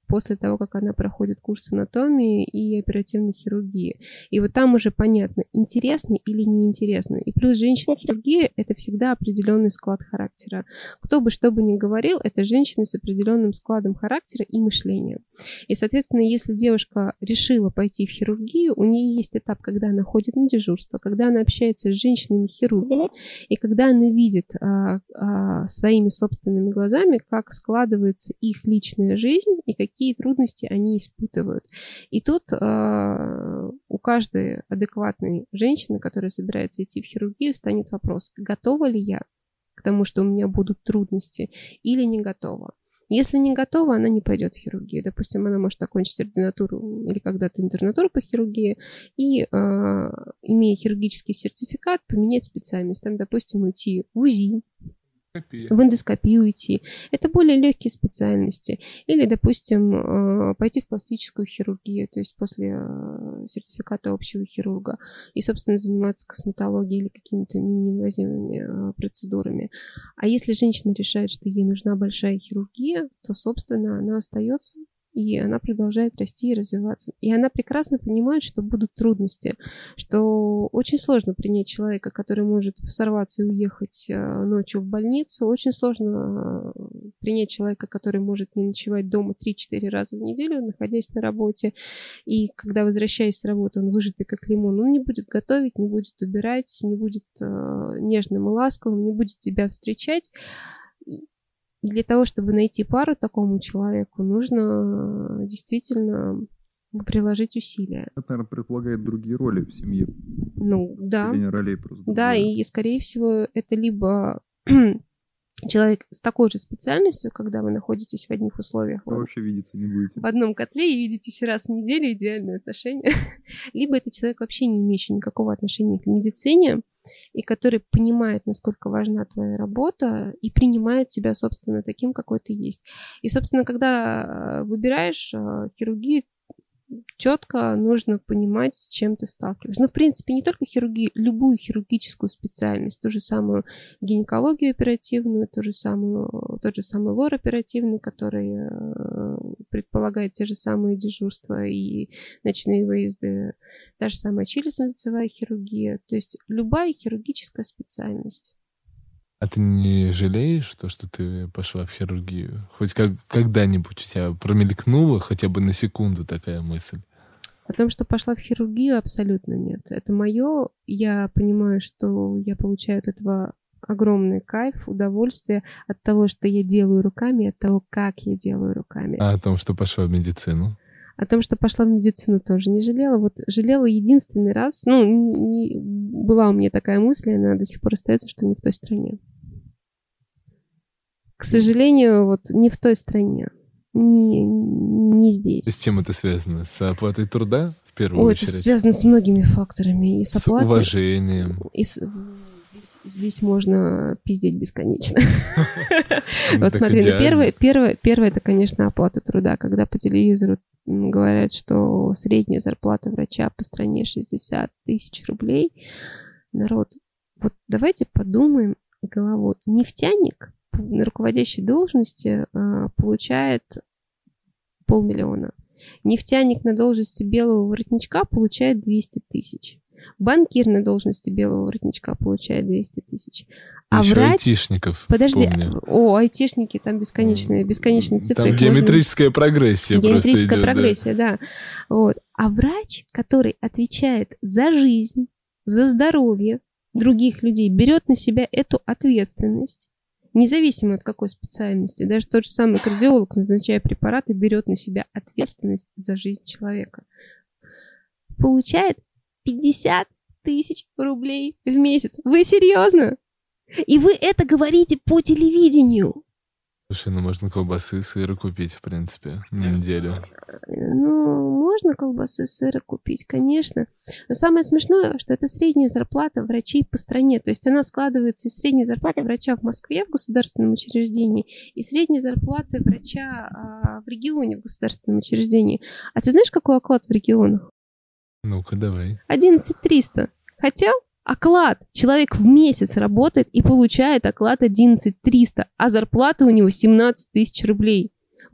после того, как она проходит курс анатомии и оперативной хирургии. И вот там уже понятно, интересно или неинтересно. И плюс женщина-хирургия — это всегда определенный склад характера. Кто бы что бы ни говорил, это женщина с определенным складом характера и мышления. И, соответственно, если девушка решила пойти в хирургию, у нее есть этап, когда она ходит на дежурство, когда она общается с женщинами-хирургами, и когда она видит а, а, своими собственными глазами, как складывается их личная жизнь и какие трудности они испытывают. И тут а, у каждой адекватной женщины, которая собирается идти в хирургию, станет вопрос, готова ли я к тому, что у меня будут трудности, или не готова. Если не готова, она не пойдет в хирургию. Допустим, она может окончить ординатуру или когда-то интернатуру по хирургии и, э, имея хирургический сертификат, поменять специальность. Там, допустим, уйти в УЗИ, в эндоскопию уйти. Это более легкие специальности. Или, допустим, пойти в пластическую хирургию, то есть после сертификата общего хирурга, и, собственно, заниматься косметологией или какими-то мини-инвазивными процедурами. А если женщина решает, что ей нужна большая хирургия, то, собственно, она остается, и она продолжает расти и развиваться. И она прекрасно понимает, что будут трудности, что очень сложно принять человека, который может сорваться и уехать ночью в больницу. Очень сложно принять человека, который может не ночевать дома три-четыре раза в неделю, находясь на работе. И когда, возвращаясь с работы, он выжатый как лимон, он не будет готовить, не будет убирать, не будет нежным и ласковым, не будет тебя встречать. И для того, чтобы найти пару такому человеку, нужно действительно приложить усилия. Это, наверное, предполагает другие роли в семье. Ну, да. Ролей просто. Да, и, скорее всего, это либо человек с такой же специальностью, когда вы находитесь в одних условиях. Вы вообще видеться не будете. В одном котле и видитесь раз в неделю, идеальные отношения. Либо это человек, вообще не имеющий никакого отношения к медицине, и который понимает, насколько важна твоя работа, и принимает себя, собственно, таким, какой ты есть. И, собственно, когда выбираешь хирургию, четко нужно понимать, с чем ты сталкиваешься. Ну, в принципе, не только хирургию, любую хирургическую специальность, ту же самую гинекологию оперативную, ту же самую, тот же самый лор оперативный, который предполагает те же самые дежурства и ночные выезды, та же самая челюстно-лицевая хирургия, то есть любая хирургическая специальность. А ты не жалеешь то, что ты пошла в хирургию? Хоть как, когда-нибудь у тебя промелькнула хотя бы на секунду такая мысль? О том, что пошла в хирургию, абсолютно нет. Это мое. Я понимаю, что я получаю от этого огромный кайф, удовольствие от того, что я делаю руками, от того, как я делаю руками. А о том, что пошла в медицину? О том, что пошла в медицину, тоже не жалела. Вот жалела единственный раз. Ну, не, не, была у меня такая мысль, и она до сих пор остается, что не в той стране. К сожалению, вот не в той стране. Не, не здесь. С чем это связано? С оплатой труда, в первую Ой, очередь? Это связано с многими факторами. И с, с оплатой, уважением. И с... Здесь, здесь можно пиздеть бесконечно. Вот смотри, первое, первое, первое, это, конечно, оплата труда. Когда по телевизору говорят, что средняя зарплата врача по стране шестьдесят тысяч рублей, народ, вот давайте подумаем головой. Нефтяник на руководящей должности получает полмиллиона. Нефтяник на должности белого воротничка получает двести тысяч. Банкир на должности белого воротничка получает двести тысяч. А еще врач... айтишников Подожди, вспомни. О, айтишники, там бесконечные, бесконечные цифры. Там геометрическая можно... прогрессия Геометрическая просто идет, прогрессия, да. да. Вот. А врач, который отвечает за жизнь, за здоровье других людей, берет на себя эту ответственность, независимо от какой специальности. Даже тот же самый кардиолог, назначая препараты, берет на себя ответственность за жизнь человека. Получает пятьдесят тысяч рублей в месяц. Вы серьезно? И вы это говорите по телевидению. Слушай, ну можно колбасы и сыра купить, в принципе, на неделю. Ну, можно колбасы и сыра купить, конечно. Но самое смешное, что это средняя зарплата врачей по стране. То есть она складывается из средней зарплаты врача в Москве в государственном учреждении и средней зарплаты врача а, в регионе в государственном учреждении. А ты знаешь, какой оклад в регионах? Ну-ка, давай. одиннадцать тысяч триста. Хотел? Оклад. Человек в месяц работает и получает оклад одиннадцать тысяч триста, а зарплата у него семнадцать тысяч рублей.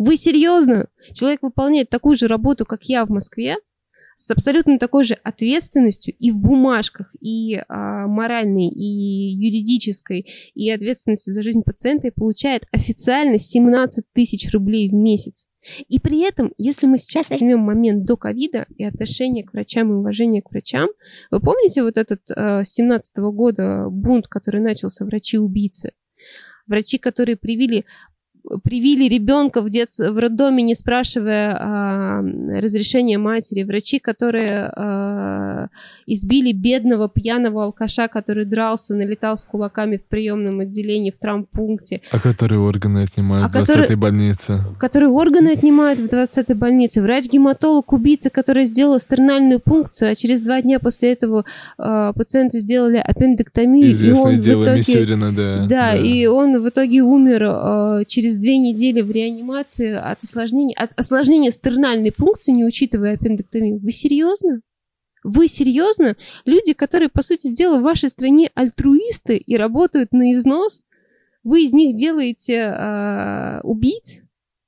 Вы серьезно? Человек выполняет такую же работу, как я в Москве, с абсолютно такой же ответственностью и в бумажках, и а, моральной, и юридической, и ответственностью за жизнь пациента, и получает официально семнадцать тысяч рублей в месяц. И при этом, если мы сейчас возьмем момент до ковида и отношение к врачам и уважение к врачам, вы помните вот этот с семнадцатого года бунт, который начался, врачи-убийцы? Врачи, которые привили... привили ребенка в, дет... в роддоме, не спрашивая а, разрешения матери. Врачи, которые а, избили бедного пьяного алкаша, который дрался, налетал с кулаками в приемном отделении, в травмпункте. А которые органы отнимают а в двадцатой который... больнице. Которые органы отнимают в двадцатой больнице. Врач-гематолог, убийца, которая сделала стернальную пункцию, а через два дня после этого а, пациенту сделали аппендэктомию. Известное и он дело в итоге... Мисюрина, да, да. Да, и он в итоге умер а, через две недели в реанимации от осложнения, от осложнения стернальной пункции, не учитывая аппендэктомию. Вы серьезно? Вы серьезно? Люди, которые, по сути дела, в вашей стране альтруисты и работают на износ, вы из них делаете э, убийц?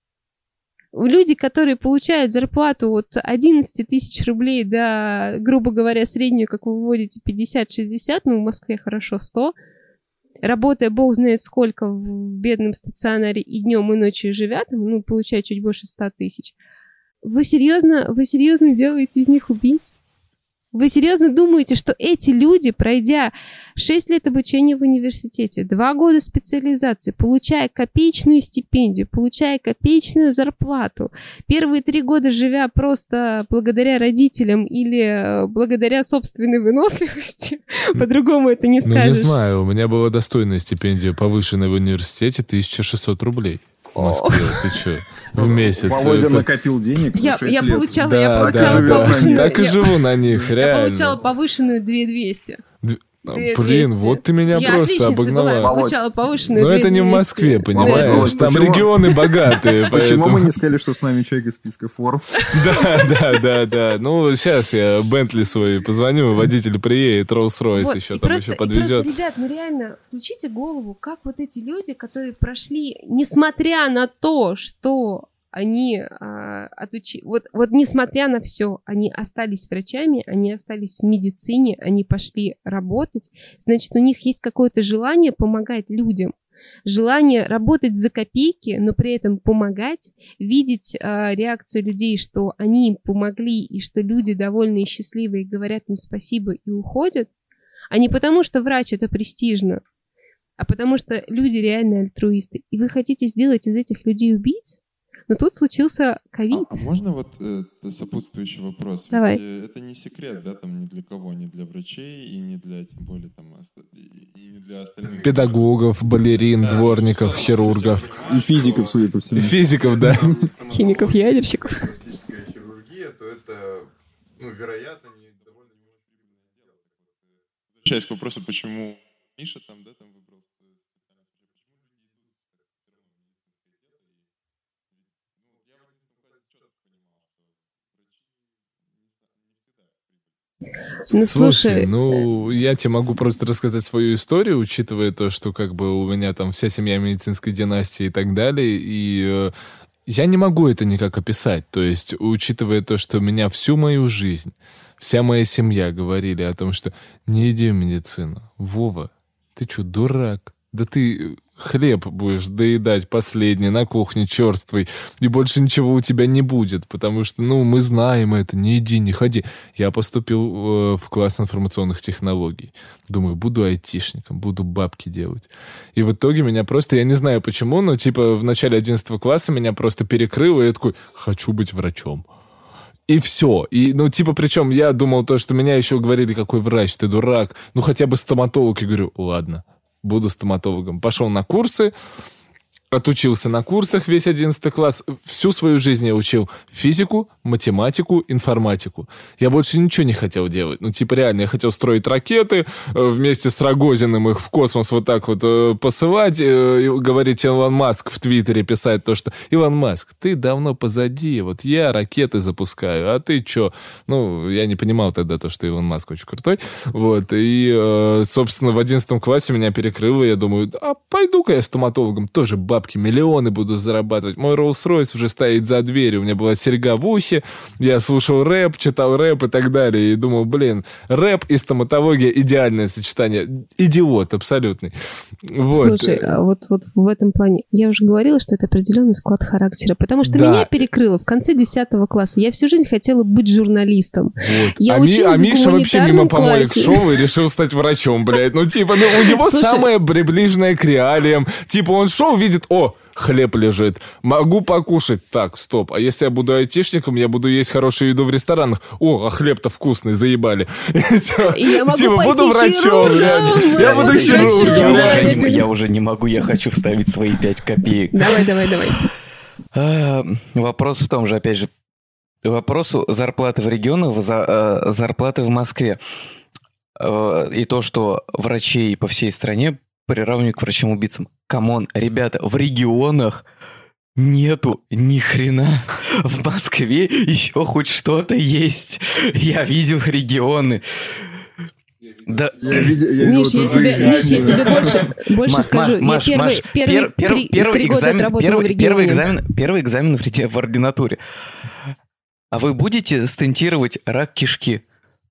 Люди, которые получают зарплату от одиннадцать тысяч рублей до, грубо говоря, среднюю, как вы выводите, пятьдесят-шестьдесят, ну, в Москве хорошо сто, работая бог знает сколько в бедном стационаре и днем, и ночью живя, там, ну, получая чуть больше ста тысяч. Вы серьезно, вы серьезно делаете из них убийц? Вы серьезно думаете, что эти люди, пройдя шесть лет обучения в университете, два года специализации, получая копеечную стипендию, получая копеечную зарплату, первые три года живя просто благодаря родителям или благодаря собственной выносливости, по-другому это не скажешь. Ну, не знаю, у меня была достойная стипендия, повышенная в университете, тысяча шестьсот рублей. В Москве, ты что, в месяц. Володя это... накопил денег я, шесть я лет. Получала, да, я получала да, повышенную... Так и живу на них, я реально. Я получала повышенную две тысячи двести. Д... Блин, вот ты меня я просто обогнала. Я получала повышенную Но две тысячи двести. это не в Москве, понимаешь? Володь, там почему? Регионы богатые. Почему мы не сказали, что с нами человек из списка Forbes? Да, да, да, да. Ну, сейчас я Бентли свой позвоню, водитель приедет, Роллс-Ройс еще там еще подвезет. Ребят, ну реально, включите голову, как вот эти люди, которые прошли, несмотря на то, что они а, отучи... вот, вот несмотря на все, они остались врачами, они остались в медицине, они пошли работать, значит, у них есть какое-то желание помогать людям, желание работать за копейки, но при этом помогать, видеть а, реакцию людей, что они им помогли, и что люди довольны и счастливы, и говорят им спасибо и уходят, а не потому, что врач это престижно, а потому что люди реально альтруисты. И вы хотите сделать из этих людей убийц? Но тут случился ковид. А, а можно вот э, сопутствующий вопрос? Давай. Ведь, э, это не секрет, да, там ни для кого, ни для врачей и не для, тем более, там, и не для остальных. Педагогов, балерин, да, дворников, хирургов. И физиков, судя по всему. И физиков, да. Химиков, ядерщиков. Пластическая хирургия, то это, ну, вероятно, не довольно прибыльное дело. Возвращаясь к вопросу, почему Миша там, да, там выбрал. Ну, слушай, слушай, ну, я тебе могу просто рассказать свою историю, учитывая то, что как бы у меня там вся семья медицинской династии и так далее, и э, я не могу это никак описать, то есть, учитывая то, что меня всю мою жизнь, вся моя семья говорили о том, что не иди в медицину. Вова, ты что, дурак? Да ты хлеб будешь доедать последний на кухне черствый, и больше ничего у тебя не будет, потому что, ну, мы знаем это, не иди, не ходи. Я поступил э, в класс информационных технологий. Думаю, буду айтишником, буду бабки делать. И в итоге меня просто, я не знаю почему, но типа в начале одиннадцатого класса меня просто перекрыло, и я такой, хочу быть врачом. И все. И, ну, типа, причем я думал то, что меня еще говорили, какой врач, ты дурак. Ну, хотя бы стоматолог. И говорю, ладно. Буду стоматологом. Пошел на курсы, отучился на курсах весь одиннадцатый класс. Всю свою жизнь я учил физику, математику, информатику. Я больше ничего не хотел делать. Ну, типа, реально, я хотел строить ракеты, вместе с Рогозиным их в космос вот так вот посылать, и говорить Илон Маск в Твиттере, писать то, что Илон Маск, ты давно позади, вот я ракеты запускаю, а ты чё? Ну, я не понимал тогда то, что Илон Маск очень крутой. Вот, и, собственно, в одиннадцатом классе меня перекрыло, я думаю, а пойду-ка я стоматологом, тоже баб бабки, миллионы буду зарабатывать. Мой Rolls-Royce уже стоит за дверью, у меня была серьга в ухе, я слушал рэп, читал рэп и так далее, и думал, блин, рэп и стоматология — идеальное сочетание. Идиот абсолютный. Вот. Слушай, а вот, вот в этом плане, я уже говорила, что это определенный склад характера, потому что да. меня перекрыло в конце десятого класса. Я всю жизнь хотела быть журналистом. Вот. Я а, училась Ми, а Миша вообще мимо помоек классе. шел и решил стать врачом, блядь. Ну, типа, ну, у него Слушай, самое приближенное к реалиям. Типа, он шел, видит, о, хлеб лежит, могу покушать. Так, стоп, а если я буду айтишником, я буду есть хорошую еду в ресторанах. О, а хлеб-то вкусный, заебали. И все. И я могу типа, пойти буду врачом, хирургом, я буду хирургом. Я уже, не, я уже не могу, я хочу вставить свои пять копеек. Давай, давай, давай. А, вопрос в том же, опять же, вопросу зарплаты в регионах, за, э, зарплаты в Москве. Э, и то, что врачей по всей стране приравнивают к врачам-убийцам. Камон, ребята, в регионах нету ни хрена. В Москве еще хоть что-то есть. Я видел регионы. Да. Я видел, я Миш, я тебе, Миш, я тебе больше, больше Маш, скажу. Маш, я Маш, первый, Маш, первый, пер, три, первый, три экзамен, года отработала первый, в регионе. Первый экзамен, первый экзамен в, в ординатуре. А вы будете стентировать рак кишки?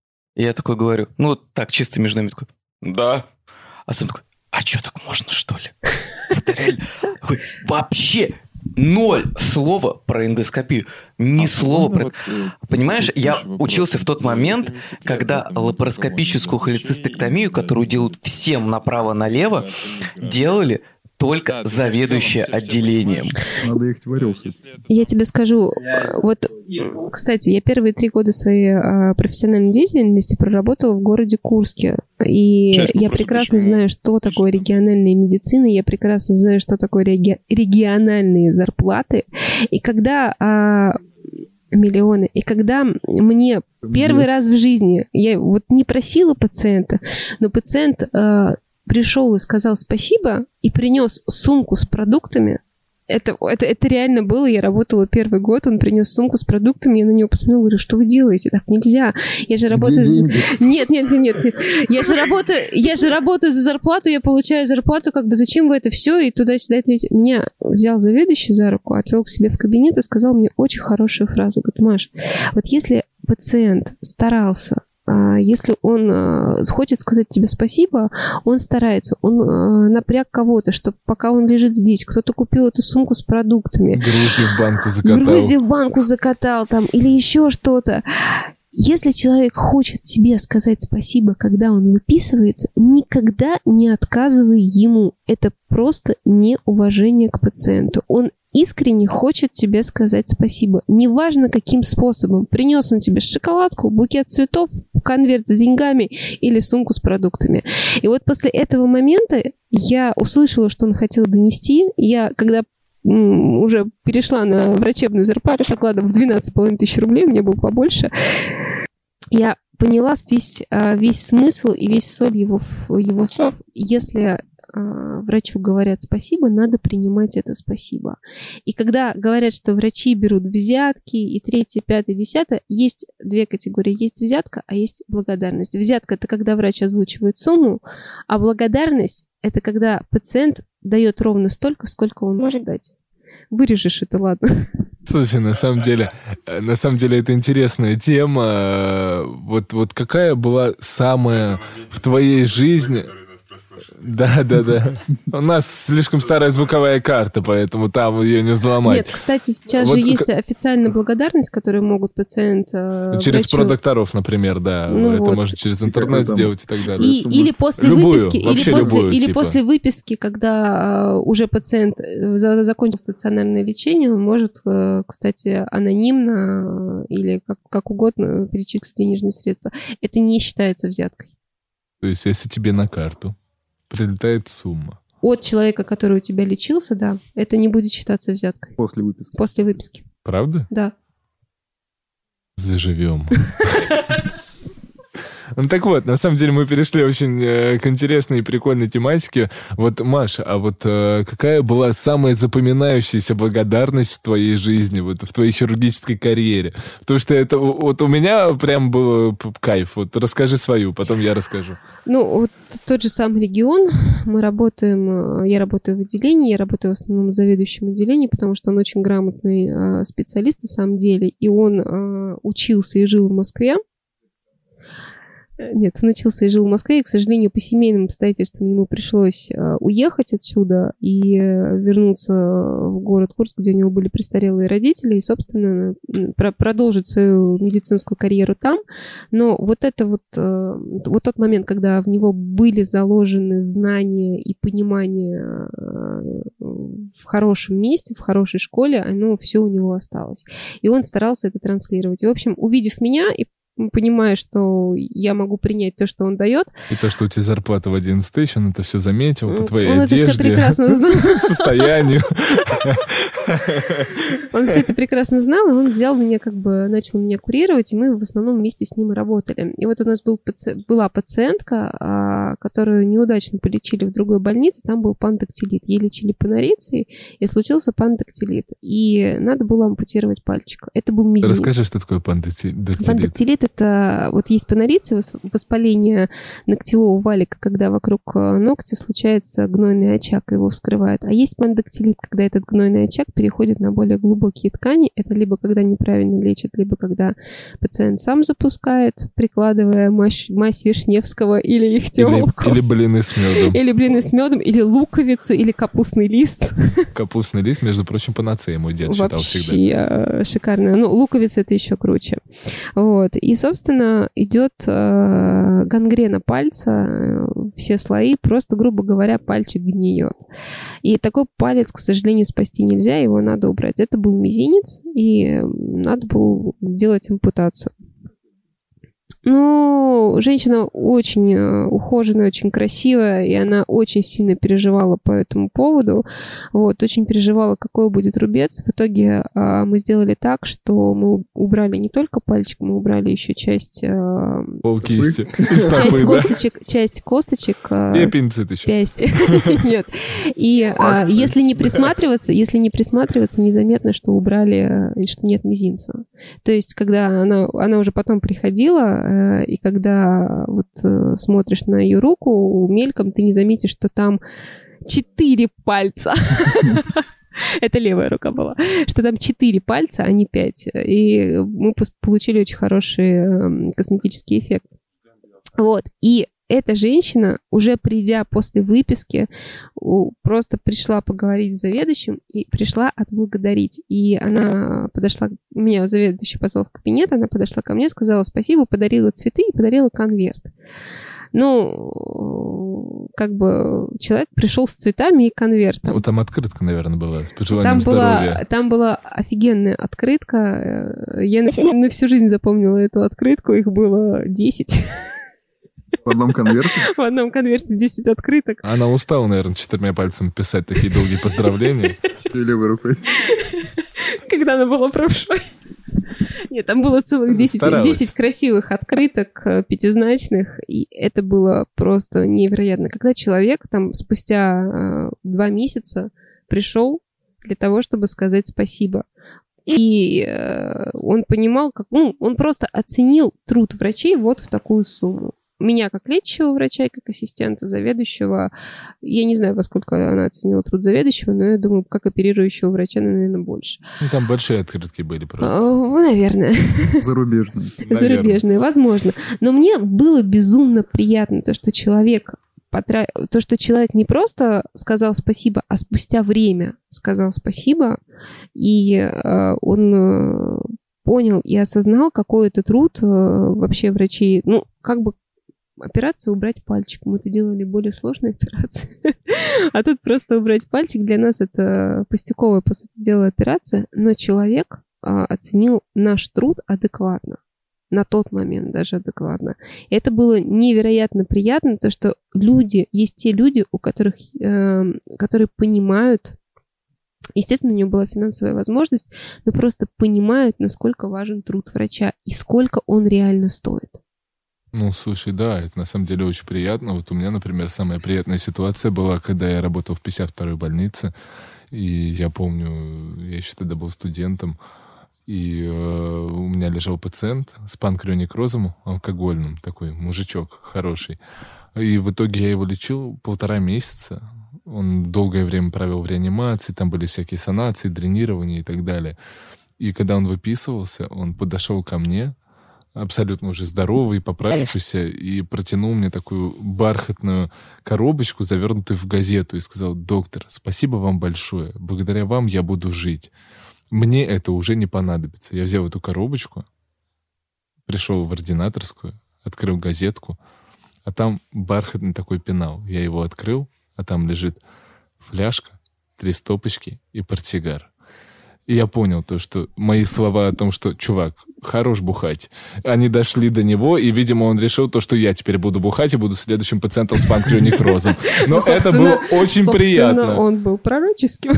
И я такой говорю, ну вот так, чисто между нами, такой, да. А сам такой, а что, так можно, что ли? Повторяли. Такой, вообще ноль слова про эндоскопию. Ни а слова про... Вот, понимаешь, я учился в тот момент, когда лапароскопическую холецистектомию, которую делают всем направо-налево, делали только да, заведующие отделением. Надо ехать в Орел. Я тебе скажу, вот, кстати, я первые три года своей а, профессиональной деятельности проработала в городе Курске. И Часть я прекрасно почему? знаю, что такое региональная медицина, я прекрасно знаю, что такое реги- региональные зарплаты. И когда... А, миллионы. И когда мне первый раз в жизни, я вот не просила пациента, но пациент... А, пришел и сказал спасибо, и принес сумку с продуктами. Это, это, это реально было. Я работала первый год, он принес сумку с продуктами, я на него посмотрела, говорю, что вы делаете? Так нельзя. Я же работаю... За... Нет, нет, нет, нет, нет. Я же работаю, я же работаю за зарплату, я получаю зарплату, как бы зачем вы это все? И туда-сюда, и третье. Меня взял заведующий за руку, отвел к себе в кабинет и сказал мне очень хорошую фразу. Говорит, Маш, вот если пациент старался, если он хочет сказать тебе спасибо, он старается, он напряг кого-то, чтобы пока он лежит здесь, кто-то купил эту сумку с продуктами. Грузди в банку закатал. Грузди в банку закатал там, или еще что-то. Если человек хочет тебе сказать спасибо, когда он выписывается, никогда не отказывай ему. Это просто неуважение к пациенту. Он искренне хочет тебе сказать спасибо. Неважно, каким способом. Принес он тебе шоколадку, букет цветов, конверт с деньгами или сумку с продуктами. И вот после этого момента я услышала, что он хотел донести. Я, когда м, уже перешла на врачебную зарплату с окладом в двенадцать с половиной тысяч рублей, мне было побольше, я поняла весь, весь смысл и весь соль его, его слов. Если врачу говорят спасибо, надо принимать это спасибо. И когда говорят, что врачи берут взятки и третье, пятое, десятое, есть две категории. Есть взятка, а есть благодарность. Взятка — это когда врач озвучивает сумму, а благодарность — это когда пациент дает ровно столько, сколько он может дать. Вырежешь это, ладно. Слушай, на самом деле, на самом деле это интересная тема. Вот, вот какая была самая в твоей жизни... Да, да, да. У нас слишком старая звуковая карта, поэтому там ее не взломать. Нет, кстати, сейчас вот же есть к... официальная благодарность, которую могут пациент... Э, через врачу... продокторов, например, да. Ну это вот. Может через интернет и сделать и так далее. И, или после любую, выписки, или, после, любую, или типа. после выписки, когда э, уже пациент э, закончил стационарное лечение, он может, э, кстати, анонимно э, или как, как угодно перечислить денежные средства. Это не считается взяткой. То есть если тебе на карту прилетает сумма. От человека, который у тебя лечился, да, это не будет считаться взяткой. После выписки. После выписки. Правда? Да. Заживем. Ну так вот, на самом деле мы перешли очень э, к интересной и прикольной тематике. Вот, Маша, а вот э, какая была самая запоминающаяся благодарность в твоей жизни, вот в твоей хирургической карьере? Потому что это вот у меня прям был кайф. Вот расскажи свою, потом я расскажу. Ну, вот тот же самый регион. Мы работаем, я работаю в отделении, я работаю в основном заведующим отделением, потому что он очень грамотный э, специалист на самом деле, и он э, учился и жил в Москве. Нет, он учился и жил в Москве, и, к сожалению, по семейным обстоятельствам ему пришлось э, уехать отсюда и э, вернуться в город Курск, где у него были престарелые родители, и, собственно, про- продолжить свою медицинскую карьеру там. Но вот это вот, э, вот тот момент, когда в него были заложены знания и понимание э, в хорошем месте, в хорошей школе, оно все у него осталось. И он старался это транслировать. И, в общем, увидев меня и понимая, что я могу принять то, что он дает. И то, что у тебя зарплата в одиннадцать тысяч, он это все заметил по твоей он одежде, это все прекрасно знал. Состоянию. Он все это прекрасно знал, и он взял меня, как бы, начал меня курировать, и мы в основном вместе с ним и работали. И вот у нас был, была пациентка, которую неудачно полечили в другой больнице, там был пандактилит. Ей лечили панорицей, и случился пандактилит. И надо было ампутировать пальчик. Это был мизинец. Расскажи, что такое пандактилит. Пандактилит — это вот есть панориция, воспаление ногтевого валика, когда вокруг ногтя случается гнойный очаг, его вскрывают. А есть пандактилит, когда этот гнойный очаг переходит на более глубокие ткани. Это либо когда неправильно лечат, либо когда пациент сам запускает, прикладывая мазь, мазь Вишневского или ихтиолку. Или, или блины с медом. Или блины с медом, или луковицу, или капустный лист. Капустный лист, между прочим, панацея, мой дед считал всегда. Вообще шикарно. Ну, луковица — это еще круче. Вот. И, собственно, идет э, гангрена пальца, э, все слои, просто, грубо говоря, пальчик гниет. И такой палец, к сожалению, спасти нельзя, его надо убрать. Это был мизинец, и надо было делать ампутацию. Ну, женщина очень ухоженная, очень красивая, и она очень сильно переживала по этому поводу. Вот, очень переживала, какой будет рубец. В итоге а, мы сделали так, что мы убрали не только пальчик, мы убрали еще часть... А, полкисти. Часть косточек, часть косточек. И аппендицит еще. Части. Нет. И а, если не присматриваться, если не присматриваться, незаметно, что убрали, и что нет мизинца. То есть, когда она, она уже потом приходила, и когда вот смотришь на ее руку, мельком ты не заметишь, что там четыре пальца. Это левая рука была. Что там четыре пальца, а не пять. И мы получили очень хороший косметический эффект. Вот. И эта женщина, уже придя после выписки, просто пришла поговорить с заведующим и пришла отблагодарить. И она подошла, меня заведующий позвал в кабинет, она подошла ко мне, сказала спасибо, подарила цветы и подарила конверт. Ну, как бы человек пришел с цветами и конвертом. Ну, там открытка, наверное, была с пожеланием там здоровья. Была, там была офигенная открытка. Я на, на всю жизнь запомнила эту открытку, их было десять. В одном конверте? В одном конверте десять открыток. Она устала, наверное, четырьмя пальцами писать такие долгие поздравления. И левой рукой. Когда она была правшой. Нет, там было целых десять, десять красивых открыток, пятизначных, и это было просто невероятно. Когда человек там спустя э, два месяца пришел для того, чтобы сказать спасибо. И э, он понимал, как, ну, он просто оценил труд врачей вот в такую сумму. Меня как лечащего врача, как ассистента заведующего, я не знаю, во сколько она оценила труд заведующего, но я думаю, как оперирующего врача, наверное, больше. Ну, там большие открытки были просто. О, наверное. Зарубежные. Зарубежные, возможно. Но мне было безумно приятно то, что человек потра... то, что человек не просто сказал спасибо, а спустя время сказал спасибо, и э, он э, понял и осознал, какой это труд э, вообще врачей, ну, как бы операцию убрать пальчик. Мы это делали более сложные операции. А тут просто убрать пальчик для нас это пустяковая, по сути дела, операция. Но человек а, оценил наш труд адекватно. На тот момент даже адекватно. И это было невероятно приятно, то, что люди, есть те люди, у которых, э, которые понимают, естественно, у него была финансовая возможность, но просто понимают, насколько важен труд врача и сколько он реально стоит. Ну, слушай, да, это на самом деле очень приятно. Вот у меня, например, самая приятная ситуация была, когда я работал в пятьдесят второй больнице, и я помню, я еще тогда был студентом, и э, у меня лежал пациент с панкреонекрозом алкогольным, такой мужичок хороший. И в итоге я его лечил полтора месяца. Он долгое время провел в реанимации, там были всякие санации, дренирования и так далее. И когда он выписывался, он подошел ко мне, абсолютно уже здоровый, поправившийся, и протянул мне такую бархатную коробочку, завернутую в газету, и сказал: доктор, спасибо вам большое, благодаря вам я буду жить. Мне это уже не понадобится. Я взял эту коробочку, пришел в ординаторскую, открыл газетку, а там бархатный такой пенал. Я его открыл, а там лежит фляжка, три стопочки и портсигар. И я понял то, что мои слова о том, что, чувак, хорош бухать, они дошли до него, и, видимо, он решил то, что я теперь буду бухать и буду следующим пациентом с панкреонекрозом. Но это было очень приятно. Он был пророческим.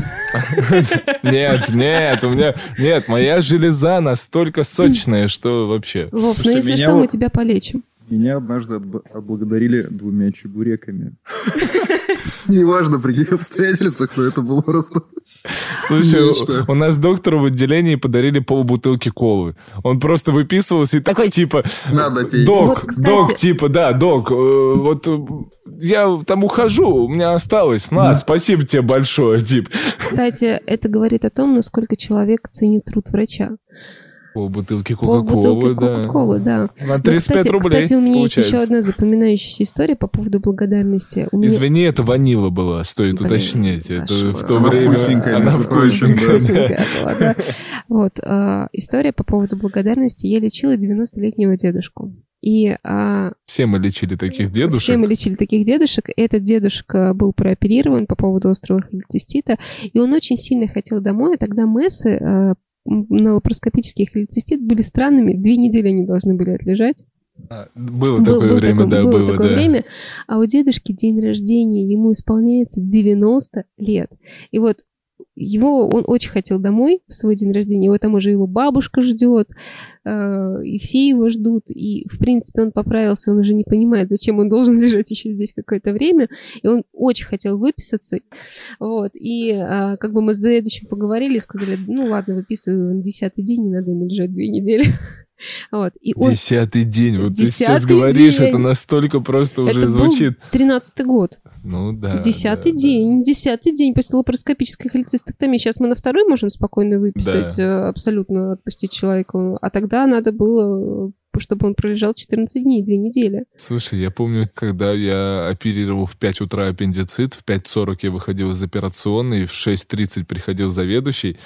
Нет, нет, у меня... Нет, моя железа настолько сочная, что вообще... Вов, ну если что, мы тебя полечим. Меня однажды отблагодарили двумя чебуреками. Неважно, при каких обстоятельствах, но это было просто... Слушай, у нас доктору в отделении подарили полбутылки колы. Он просто выписывался и такой, типа... Надо пить. Док, вот, док, типа, да, док, вот я там ухожу, у меня осталось, на, да. Спасибо тебе большое, тип. Кстати, это говорит о том, насколько человек ценит труд врача. Полбутылки Кока-Колы, да. Кока-Колы, да. На тридцать пять кстати, рублей, Кстати, у меня получается. есть еще одна запоминающаяся история по поводу благодарности. У меня... Извини, это ванила была, стоит Блин, уточнить. Это в то она время... Вкусненькая, она вкусненькая. Вкусненькая была, да. Вот, а, история по поводу благодарности. Я лечила девяностолетнего дедушку. И, а... Все мы лечили таких дедушек. Все мы лечили таких дедушек. Этот дедушка был прооперирован по поводу острого холецистита, и он очень сильно хотел домой, и тогда мессы... А, на лапароскопический холецистит были странными. Две недели они должны были отлежать. А, было был, такое был время, такое, да, было, было такое да. время. А у дедушки день рождения, ему исполняется девяносто лет. И вот его, он очень хотел домой в свой день рождения. Его там уже его бабушка ждет, э, и все его ждут. И, в принципе, он поправился, он уже не понимает, зачем он должен лежать еще здесь какое-то время. И он очень хотел выписаться. Вот. И э, как бы мы с заведующим поговорили и сказали: ну ладно, выписывай на десятый день, не надо ему лежать две недели. Вот. И он... Десятый день. Вот ты сейчас говоришь, день. Это настолько просто уже это звучит. Это был тринадцатый год. Ну да. Десятый да, день. Да. Десятый день после лапароскопической холецистектомии. Сейчас мы на второй можем спокойно выписать, да. Абсолютно отпустить человека. А тогда надо было, чтобы он пролежал четырнадцать дней, две недели. Слушай, я помню, когда я оперировал в пять утра аппендицит, в пять сорок я выходил из операционной, в шесть тридцать приходил заведующий.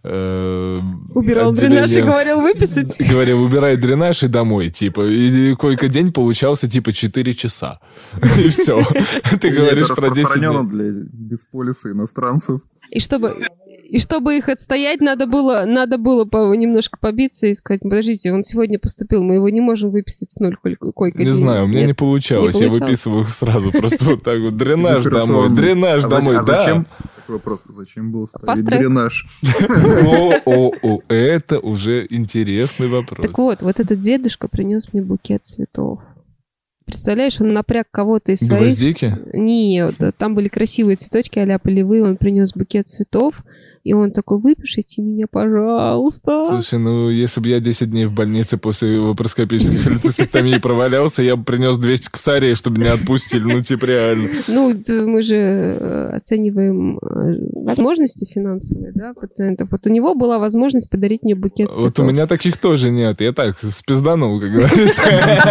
Э, Убирал отделением. дренаж и говорил выписать. Говорил, убирай дренаж и домой, типа. И койко-день получался, типа, четыре часа. И все. Ты говоришь про десять дней. Это распространено для бесполиса иностранцев. И чтобы... И чтобы их отстоять, надо было, надо было по, немножко побиться и сказать: подождите, он сегодня поступил, мы его не можем выписать с ноль койко. Не знаю, у меня Нет, не, получалось. не получалось. Я выписываю их сразу, просто вот так вот. Дренаж домой, дренаж домой, да. Зачем? Такой вопрос, зачем был ставить дренаж? О-о-о, это уже интересный вопрос. Так вот, вот этот дедушка принес мне букет цветов. Представляешь, он напряг кого-то из своих... Гвоздики? Нет, там были красивые цветочки а-ля полевые, он принес букет цветов, и он такой: выпишите меня, пожалуйста. Слушай, ну, если бы я десять дней в больнице после лапароскопической холецистектомии провалялся, я бы принес двести косарей, чтобы меня отпустили, ну, типа, реально. Ну, мы же оцениваем возможности финансовые, да, пациентов. Вот у него была возможность подарить мне букет цветов. Вот у меня таких тоже нет, я так спизданул, как говорится.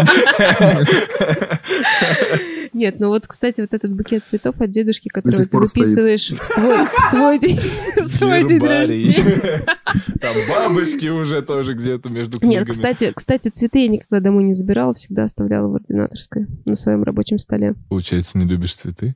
Нет, ну вот, кстати, вот этот букет цветов от дедушки, который ты выписываешь в свой, в свой день, в свой день рождения. Там бабочки уже тоже где-то между книгами. Нет, кстати, кстати, цветы я никогда домой не забирала, всегда оставляла в ординаторской на своем рабочем столе. Получается, не любишь цветы?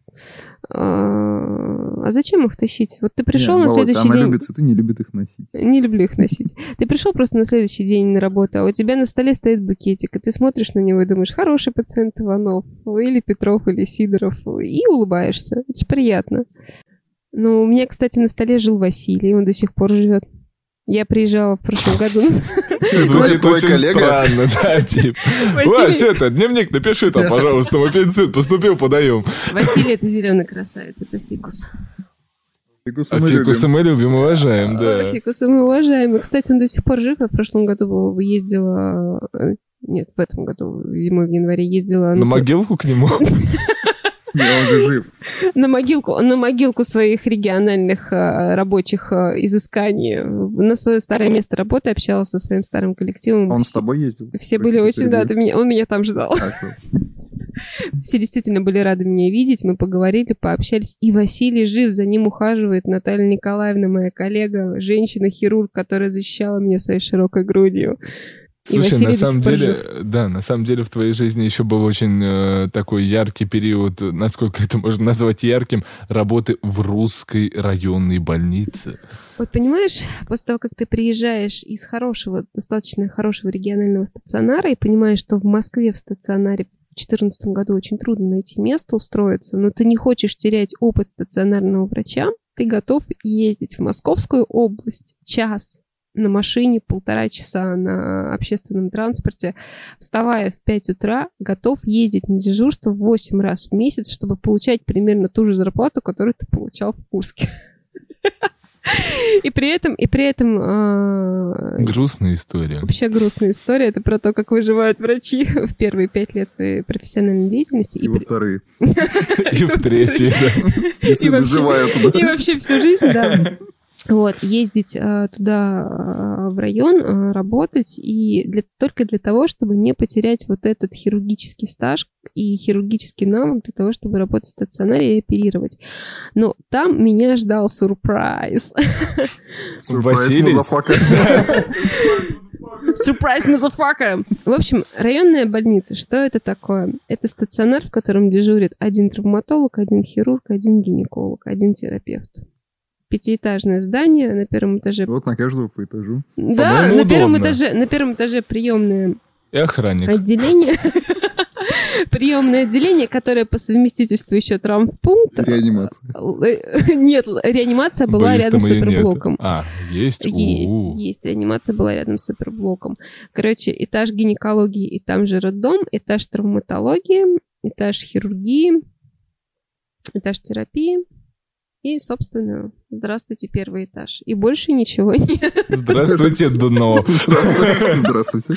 А зачем их тащить? Вот ты пришел на следующий день... Она любит цветы, не любит их носить. Не люблю их носить. Ты пришел просто на следующий день на работу, а у тебя на столе стоит букетик, и ты смотришь на него и думаешь: хороший пациент Иванов, или Петров, или Сидоров, и улыбаешься. Это же приятно. Ну, у меня, кстати, на столе жил Василий, он до сих пор живет. Я приезжала в прошлом году. Звучит очень странно, да, типа. Вась, это, дневник напиши там, пожалуйста, в аппендицит поступил, подаем. Василий — это зеленый красавец, это фикус. Фикусы а мы фикусы любим. мы любим, уважаем, да. Фикусы мы уважаем. И, кстати, он до сих пор жив. Я в прошлом году ездила... Нет, в этом году, зимой в январе ездила... На могилку к нему? Не, он же жив. На могилку, на могилку своих региональных а, рабочих а, изысканий. На свое старое место работы общалась со своим старым коллективом. Он все, с тобой ездил? Все были очень рады меня. Он меня там ждал. А, Все действительно были рады меня видеть. Мы поговорили, пообщались. И Василий жив, за ним ухаживает Наталья Николаевна, моя коллега, женщина-хирург, которая защищала меня своей широкой грудью. Слушай, на самом деле, да, на самом деле в твоей жизни еще был очень э, такой яркий период, насколько это можно назвать ярким, работы в русской районной больнице. Вот понимаешь, после того, как ты приезжаешь из хорошего, достаточно хорошего регионального стационара и понимаешь, что в Москве в стационаре в две тысячи четырнадцатом году очень трудно найти место, устроиться, но ты не хочешь терять опыт стационарного врача, ты готов ездить в Московскую область час на машине, полтора часа на общественном транспорте, вставая в пять утра, готов ездить на дежурство восемь раз в месяц, чтобы получать примерно ту же зарплату, которую ты получал в Курске. И при этом, и при этом... Э, грустная история. Вообще грустная история. Это про то, как выживают врачи в первые пять лет своей профессиональной деятельности. И, и во при... вторые. И в третьи, да. Если доживают туда. И вообще всю жизнь, да. Вот, ездить э, туда, э, в район, э, работать, и для, только для того, чтобы не потерять вот этот хирургический стаж и хирургический навык для того, чтобы работать в стационаре и оперировать. Но там меня ждал сюрприз. Сюрприз, мазафака. Сюрприз, мазафака! В общем, районная больница, что это такое? Это стационар, в котором дежурит один травматолог, один хирург, один гинеколог, один терапевт. Пятиэтажное здание, на первом этаже... Вот на каждого по этажу. Да, на первом этаже, на первом этаже приемное и охранник. Отделение. Приемное отделение, которое по совместительству еще травмпункт. Реанимация. Нет, реанимация была Боюсь, рядом с там её суперблоком. нет. А, есть? Есть, У-у-у. есть. Реанимация была рядом с суперблоком. Короче, этаж гинекологии, и там же роддом, этаж травматологии, этаж хирургии, этаж терапии. И, собственно, здравствуйте, первый этаж. И больше ничего нет. Здравствуйте, дно. Здравствуйте.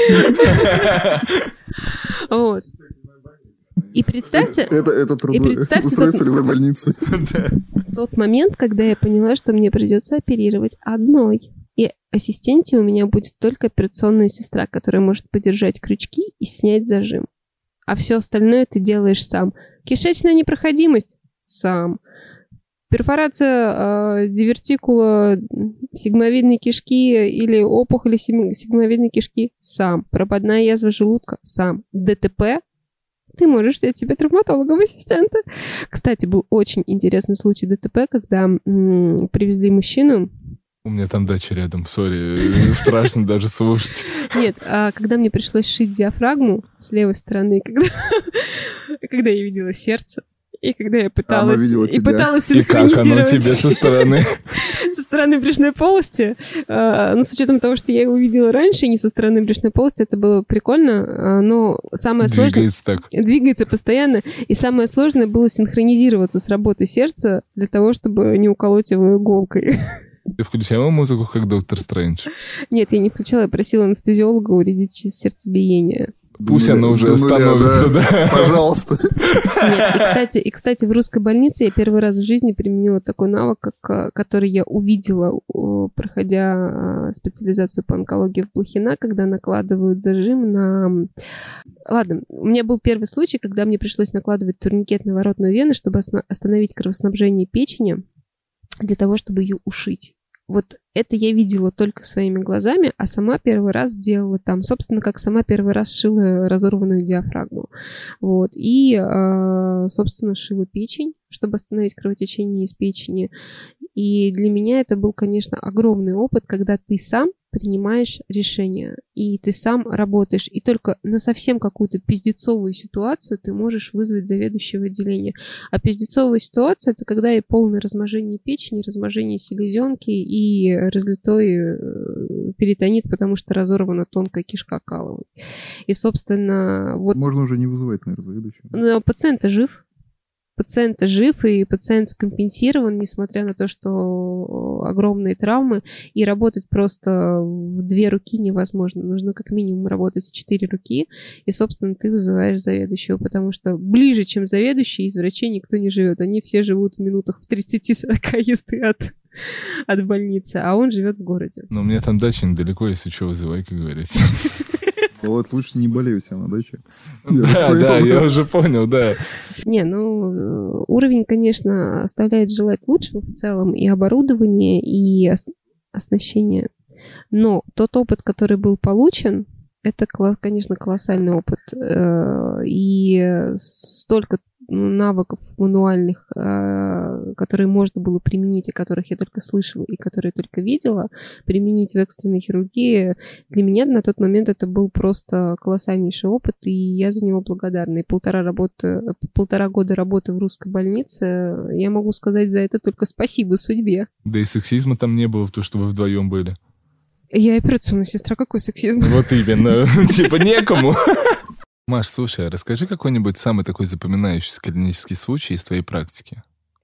Вот. И представьте... Это, это трудоустройственная больница. Тот момент, когда я поняла, что мне придется оперировать одной. И ассистенте у меня будет только операционная сестра, которая может подержать крючки и снять зажим. А все остальное ты делаешь сам. Кишечная непроходимость? Сам. Перфорация э, дивертикула сигмовидной кишки или опухоли сигмовидной кишки? Сам. Пропадная язва желудка? Сам. ДТП? Ты можешь взять себе травматолога в ассистента. Кстати, был очень интересный случай ДТП, когда м- привезли мужчину. У меня там дача рядом, сори, страшно даже слушать. Нет, а когда мне пришлось шить диафрагму с левой стороны, когда, когда я видела сердце, и когда я пыталась, и пыталась и как оно тебе со стороны? Со стороны брюшной полости. Uh, ну, с учетом того, что я его увидела раньше, не со стороны брюшной полости, это было прикольно, uh, но самое сложное... Двигается так. Двигается постоянно. И самое сложное было синхронизироваться с работой сердца для того, чтобы не уколоть его иголкой. Ты включала музыку, как Доктор Стрэндж? Нет, я не включала, я просила анестезиолога уредить сердцебиение. Пусть нуля, оно уже нуля, становится, да. да. Пожалуйста. Нет, и кстати, и, кстати, в русской больнице я первый раз в жизни применила такой навык, как, который я увидела, проходя специализацию по онкологии в Блохина, когда накладывают зажим на... Ладно, у меня был первый случай, когда мне пришлось накладывать турникет на воротную вену, чтобы остановить кровоснабжение печени, для того, чтобы ее ушить. Вот это я видела только своими глазами, а сама первый раз сделала там, собственно, как сама первый раз шила разорванную диафрагму. Вот. И, собственно, шила печень, чтобы остановить кровотечение из печени. И для меня это был, конечно, огромный опыт, когда ты сам принимаешь решения, и ты сам работаешь, и только на совсем какую-то пиздецовую ситуацию ты можешь вызвать заведующего отделения. А пиздецовая ситуация — это когда и полное разможение печени, разможение селезенки и разлитой перитонит, потому что разорвана тонкая кишка каловой. И, собственно, вот... Можно уже не вызывать, наверное, заведующего. Но пациент жив. Пациент жив, и пациент скомпенсирован, несмотря на то, что огромные травмы, и работать просто в две руки невозможно. Нужно как минимум работать в четыре руки, и, собственно, ты вызываешь заведующего, потому что ближе, чем заведующий, из врачей никто не живет. Они все живут в минутах в тридцать-сорок езды от, от больницы, а он живет в городе. Но у меня там дача недалеко, если что, вызывай, как говорится. Вот лучше не болей у себя на даче. Да, да, я уже понял, да. Не, ну, уровень, конечно, оставляет желать лучшего в целом, и оборудование, и оснащение. Но тот опыт, который был получен, это, конечно, колоссальный опыт. И столько навыков мануальных, которые можно было применить, о которых я только слышала и которые только видела, применить в экстренной хирургии, для меня на тот момент это был просто колоссальнейший опыт, и я за него благодарна. И полтора, работы, полтора года работы в русской больнице, я могу сказать за это только спасибо судьбе. Да и сексизма там не было, то, что вы вдвоем были. Я операционная сестра, какой сексизм? Вот именно, типа некому. Маш, слушай, а расскажи какой-нибудь самый такой запоминающийся клинический случай из твоей практики.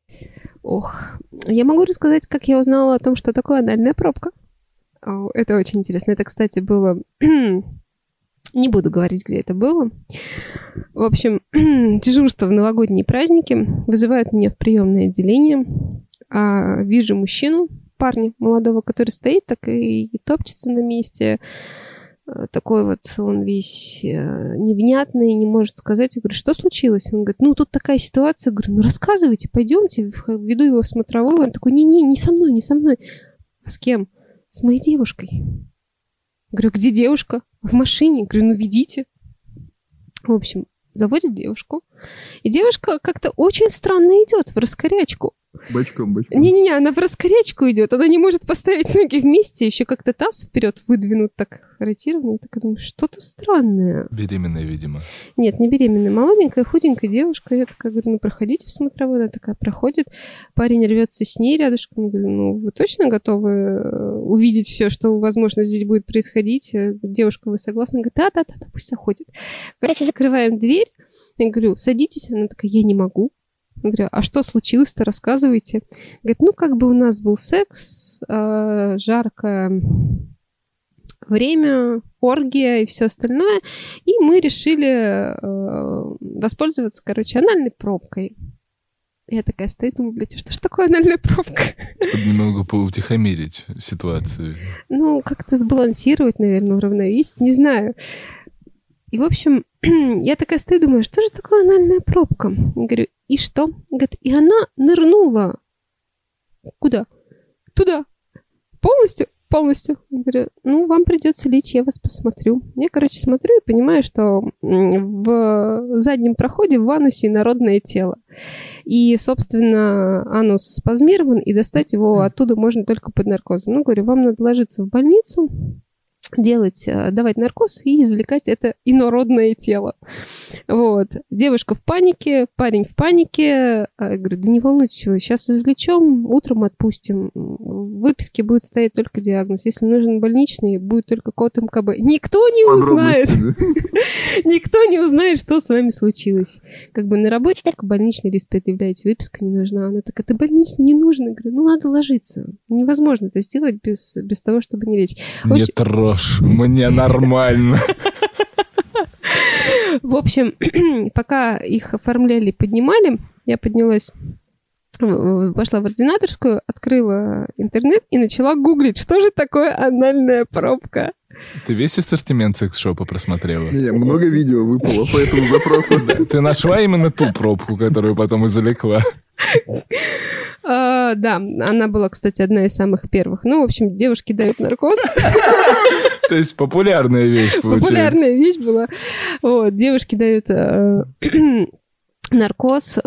Ох, я могу рассказать, как я узнала о том, что такое анальная пробка. Это очень интересно. Это, кстати, было... Не буду говорить, где это было. В общем, дежурство в новогодние праздники. Вызывают меня в приемное отделение. А вижу мужчину, парня молодого, который стоит так и топчется на месте. Такой вот он весь невнятный, не может сказать. Я говорю, что случилось? Он говорит, ну, тут такая ситуация. Я говорю, ну, рассказывайте, пойдемте. Веду его в смотровую. Он такой, не-не, не со мной, не со мной. А с кем? С моей девушкой. Я говорю, где девушка? В машине. Я говорю, ну, ведите. В общем, заводит девушку. И девушка как-то очень странно идет в раскорячку. Бочком, бочком. Не-не-не, она в раскорячку идет. Она не может поставить ноги вместе. Еще как-то таз вперед выдвинут так ротированно. Я так думаю, что-то странное. Беременная, видимо. Нет, не беременная. Молоденькая, худенькая девушка. Я такая говорю, ну, проходите в смотровую. Она такая проходит. Парень рвется с ней рядышком. Я говорю, ну, вы точно готовы увидеть все, что, возможно, здесь будет происходить? Девушка, вы согласны? Она говорит, да-да-да, пусть заходит. Короче, закрываем дверь. Я говорю, садитесь. Она такая, я не могу. Я говорю, а что случилось-то, рассказывайте. Говорит, ну, как бы у нас был секс, э, жаркое время, оргия и все остальное, и мы решили э, воспользоваться, короче, анальной пробкой. Я такая стою, думаю, блядь, что ж такое анальная пробка? Чтобы немного поутихомирить ситуацию. Ну, как-то сбалансировать, наверное, уравновесить, не знаю. И, в общем, я такая стою, думаю, что же такое анальная пробка? Я говорю, и что? Говорит, и она нырнула. Куда? Туда. Полностью? Полностью. Я говорю, ну, вам придется лечь, я вас посмотрю. Я, короче, смотрю и понимаю, что в заднем проходе в анусе инородное тело. И, собственно, анус спазмирован, и достать его оттуда можно только под наркозом. Ну, говорю, вам надо ложиться в больницу, делать, давать наркоз и извлекать это инородное тело. Вот. Девушка в панике, парень в панике. Я говорю, да не волнуйтесь вы, сейчас извлечем, утром отпустим. В выписке будет стоять только диагноз. Если нужен больничный, будет только код эм ка бэ. Никто не узнает. Никто не узнает, что с вами случилось. Как бы на работе только больничный лист предъявляете, выписка не нужна. Она такая, ты больничный не нужен. Я говорю, ну надо ложиться. Невозможно это сделать без, без того, чтобы не лечь. Не трожь, мне нормально. В общем, пока их оформляли, поднимали, я поднялась, пошла в ординаторскую, открыла интернет и начала гуглить, что же такое анальная пробка. Ты весь ассортимент секс-шопа просмотрела? Не, много видео выпало по этому запросу. Ты нашла именно ту пробку, которую потом извлекла? А, да, она была, кстати, одна из самых первых. Ну, в общем, девушки дают наркоз. То есть популярная вещь, получается. Популярная вещь была. Вот, девушки дают наркоз,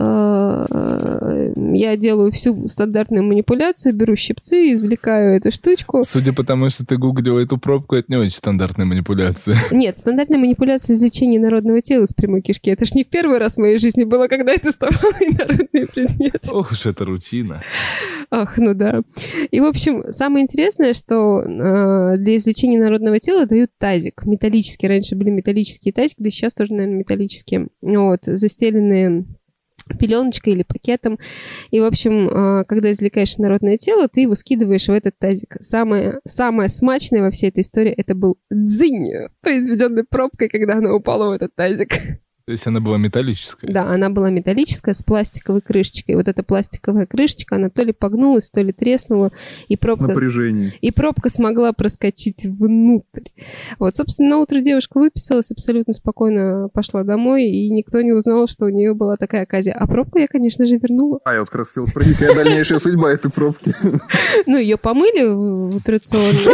я делаю всю стандартную манипуляцию, беру щипцы, извлекаю эту штучку. Судя по тому, что ты гуглила эту пробку, это не очень стандартная манипуляция. Нет, стандартная манипуляция извлечения инородного тела из прямой кишки. Это ж не в первый раз в моей жизни было, когда я доставала инородные предметы. Ох уж это рутина. Ах, ну да. И, в общем, самое интересное, что э, для извлечения инородного тела дают тазик. Металлические. Раньше были металлические тазики, да сейчас тоже, наверное, металлические. Вот, застеленные пеленочкой или пакетом. И, в общем, когда извлекаешь инородное тело, ты его скидываешь в этот тазик. Самое, самое смачное во всей этой истории — это был дзынь, произведенный пробкой, когда она упала в этот тазик. То есть она была металлическая? Да, она была металлическая с пластиковой крышечкой. И вот эта пластиковая крышечка, она то ли погнулась, то ли треснула, и пробка... Напряжение. И пробка смогла проскочить внутрь. Вот, собственно, на утро девушка выписалась, абсолютно спокойно пошла домой, и никто не узнал, что у нее была такая оказия. А пробку я, конечно же, вернула. А, я вот как раз хотел спросить, какая дальнейшая судьба этой пробки? Ну, ее помыли в операционной.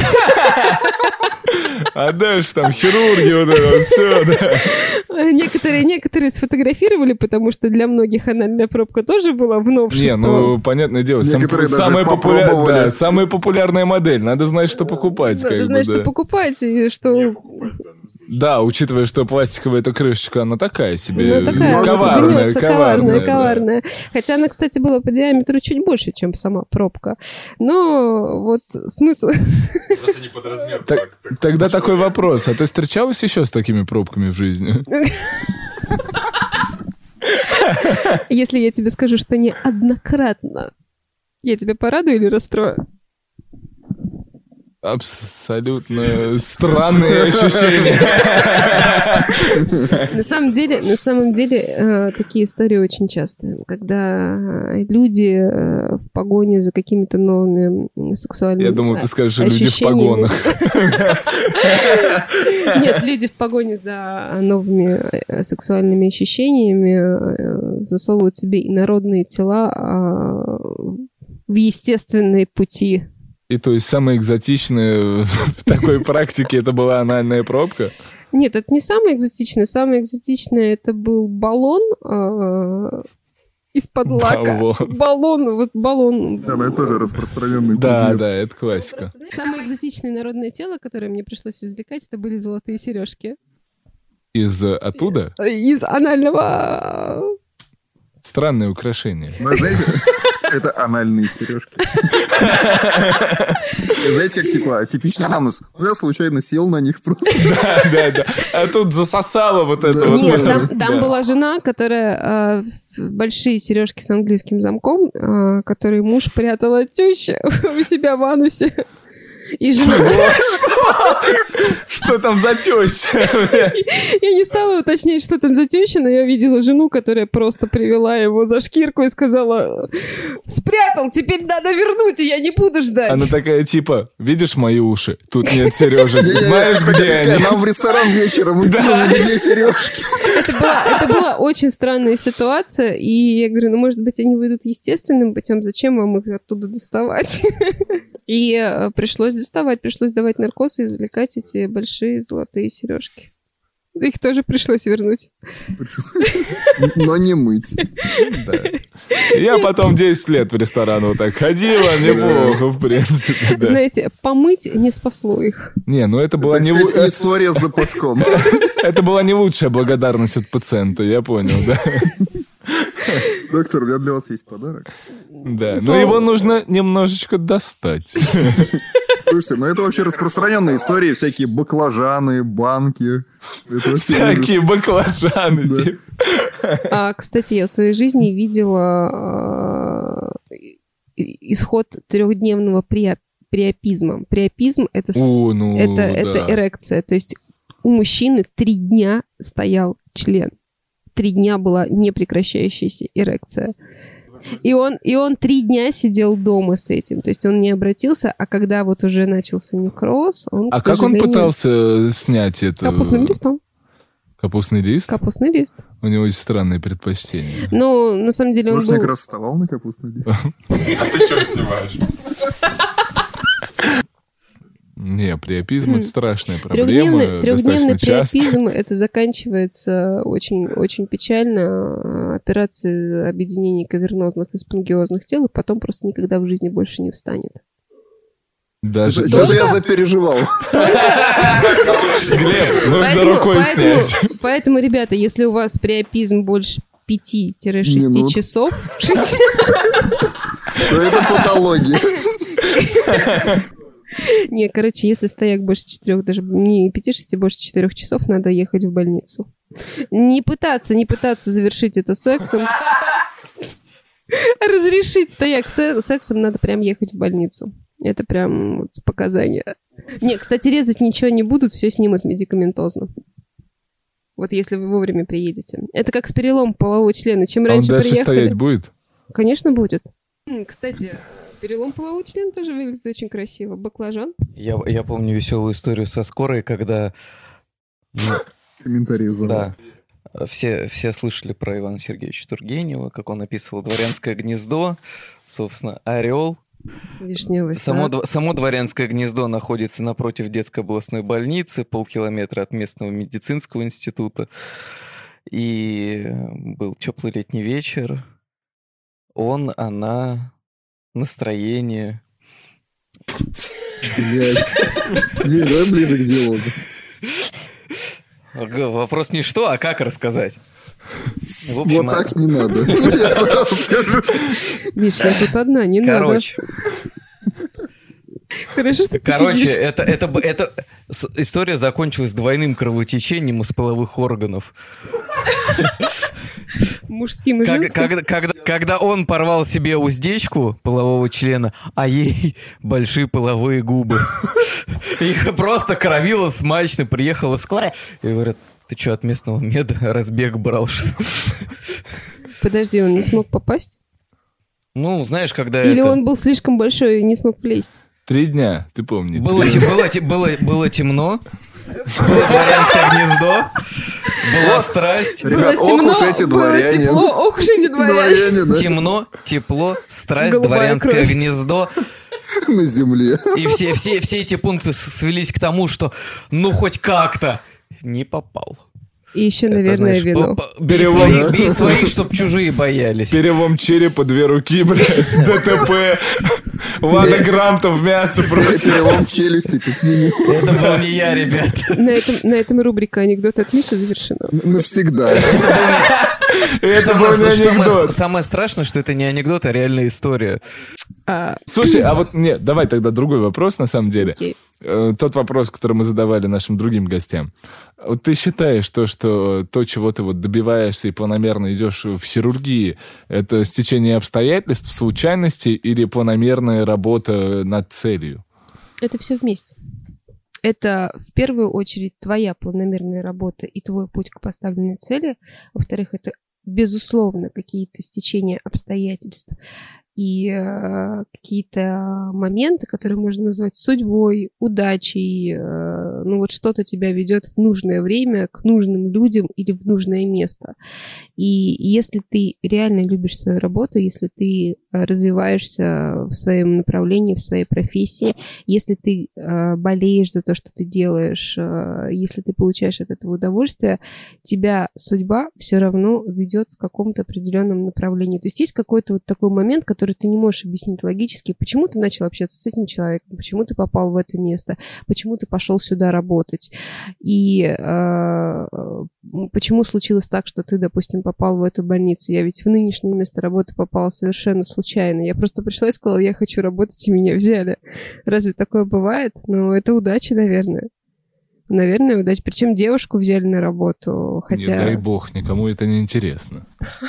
А дальше там хирурги, вот это вот все, да. Некоторые, некоторые сфотографировали, потому что для многих анальная пробка тоже была в новшество. Не, ну, понятное дело, сам, самая, популяр... да, самая популярная модель. Надо знать, что покупать. Надо как знать, бы, что да. покупать, и что... Да, учитывая, что пластиковая эта крышечка, она такая себе, ну, такая, коварная, гнется, коварная, коварная, да. коварная. Хотя она, кстати, была по диаметру чуть больше, чем сама пробка. Но вот смысл... Просто не под размер. Так, так, тогда такой вопрос. А ты встречалась еще с такими пробками в жизни? Если я тебе скажу, что неоднократно, я тебя порадую или расстрою? Абсолютно странные ощущения. На самом деле, на самом деле, э, такие истории очень частые, когда люди э, в погоне за какими-то новыми сексуальными Я думал, ты скажешь, люди в ощущениями. погонах. Нет, люди в погоне за новыми э, сексуальными ощущениями э, засовывают себе инородные тела э, в естественные пути. И то есть самое экзотичное в такой практике это была анальная пробка? Нет, это не самое экзотичное. Самое экзотичное это был баллон э, из-под лака. Баллон. Баллон, вот баллон. Да, но это тоже распространенный Да, предмет. да, это классика. Самое экзотичное народное тело, которое мне пришлось извлекать, это были золотые сережки. Из оттуда? Из анального... Странное украшение. Ну, знаете, это анальные сережки. Знаете, как типа типичный анус. Я случайно сел на них просто. Да, да, да. А тут засосало вот это вот. Нет, там, там была жена, которая э, большие сережки с английским замком, э, которые муж прятал от тещи у себя в анусе. И жена... Что там за теща? Я не стала уточнять, что там за теща, но я видела жену, которая просто привела его за шкирку и сказала: спрятал, теперь надо вернуть, и я не буду ждать. Она такая типа: видишь мои уши? Тут нет сережек. Знаешь, где они? Нам в ресторан вечером идти, где сережки. Это была, это была очень странная ситуация, и я говорю, ну, может быть, они выйдут естественным путем, зачем вам их оттуда доставать? И э, пришлось доставать, пришлось давать наркоз и извлекать эти большие золотые сережки. Их тоже пришлось вернуть. Но не мыть. Да. Я потом десять лет в ресторан вот так ходила, неплохо, в принципе. Да. Знаете, помыть не спасло их. Не, ну это была Так не сказать, лу- история с запашком. это была не лучшая благодарность от пациента, я понял, да. Доктор, у меня для вас есть подарок. Да, но его нужно немножечко достать. Слушайте, ну это вообще распространенные истории, всякие баклажаны, банки. Это вообще Всякие баклажаны. Да. типа. А, кстати, я в своей жизни видела э, исход трехдневного приа- приопизма. Приопизм это, с- О, ну, это, да. это эрекция. То есть у мужчины три дня стоял член. Три дня была непрекращающаяся эрекция. И он, и он три дня сидел дома с этим. То есть он не обратился, а когда вот уже начался некроз, он, А к как он сожалению, пытался снять это? Капустным листом. Капустный лист? Капустный лист. У него есть странные предпочтения. Ну, на самом деле он Может, был... как раз вставал на капустный лист? А ты что снимаешь? Не, приопизм это страшная проблема. Трехдневный, трехдневный приопизм это заканчивается очень, очень печально. Операции объединения кавернозных и спонгиозных тел, и потом просто никогда в жизни больше не встанет. Даже что-то я запереживал. Глеб, нужно рукой снять. Поэтому, ребята, если у вас приопизм больше пяти-шести часов, то это патология. Не, короче, если стояк больше четырех, даже не пяти-шести, больше четырех часов, надо ехать в больницу. Не пытаться, не пытаться завершить это сексом. Разрешить стояк сексом, надо прям ехать в больницу. Это прям вот показания. Не, кстати, резать ничего не будут, все снимут медикаментозно. Вот если вы вовремя приедете. Это как с переломом полового члена. Чем а раньше он дальше приехали... стоять будет? Конечно, будет. Кстати, перелом полового члена тоже выглядит очень красиво. Баклажан. Я, я помню веселую историю со скорой, когда... Комментарии за. Да. Все, все слышали про Ивана Сергеевича Тургенева, как он описывал «Дворянское гнездо», собственно, «Орел». Вишневый само, сад. само Дворянское гнездо находится напротив детской областной больницы, полкилометра от местного медицинского института. И был теплый летний вечер. Он, она, настроение. Блять. Не, давай ближе к делу. Вопрос не что, а как рассказать. В общем, вот так не надо. Я сразу скажу. Миш, я тут одна, не Короче. надо. Хорошо, что ты Короче, сидишь. это, это, это история закончилась двойным кровотечением из половых органов. Мужским и Как, женским. когда, когда, когда он порвал себе уздечку полового члена, а ей большие половые губы. Их просто кровило смачно, приехала скорая. И говорят, ты что, от местного меда разбег брал, что? Подожди, он не смог попасть? Ну, знаешь, когда Или это... он был слишком большой и не смог влезть? Три дня, ты помни. Было, те- было, те- было, было темно, было дворянское гнездо, была страсть. Ребят, Было ох темно, уж эти было дворяне. тепло, ох уж эти дворяне. Дворяне, да, Темно, тепло, страсть, Голубая дворянское кровь. гнездо. на земле. И все, все, все эти пункты с- свелись к тому, что ну хоть как-то не попал. И еще, Это, наверное, знаешь, вино. по- по- Бей Перелом. своих, бей своих, чтоб чужие боялись. Перелом черепа, две руки, блядь, ДТП, Лада Гранта в мясо просто. Перелом челюсти, как минимум. Это был не я, ребят. На этом, на этом рубрика «Анекдоты от Миши» завершена. Навсегда. Это был Самое, не самое- анекдот. самое страшное, что это не анекдот, а реальная история. А, Слушай, а вот нет, давай тогда другой вопрос, на самом деле. окей. Э, Тот вопрос, который мы задавали нашим другим гостям. Вот ты считаешь то, что то, чего ты вот добиваешься и планомерно идешь в хирургии, это стечение обстоятельств, случайности или планомерная работа над целью? Это все вместе. Это в первую очередь твоя планомерная работа и твой путь к поставленной цели. Во-вторых, это, безусловно, какие-то стечения обстоятельств и э, какие-то моменты, которые можно назвать судьбой, удачей. Э, ну вот что-то тебя ведет в нужное время к нужным людям или в нужное место. И если ты реально любишь свою работу, если ты развиваешься в своем направлении, в своей профессии, если ты э, болеешь за то, что ты делаешь, э, если ты получаешь от этого удовольствие, тебя судьба все равно ведет в каком-то определенном направлении. То есть есть какой-то вот такой момент, который ты не можешь объяснить логически, почему ты начал общаться с этим человеком, почему ты попал в это место, почему ты пошел сюда работать, и э, почему случилось так, что ты, допустим, попал в эту больницу. Я ведь в нынешнее место работы попала совершенно случайно. Я просто пришла и сказала, я хочу работать, и меня взяли. Разве такое бывает? Ну, это удача, наверное. Наверное, удача. Причем девушку взяли на работу, хотя... Не дай бог, никому это не интересно.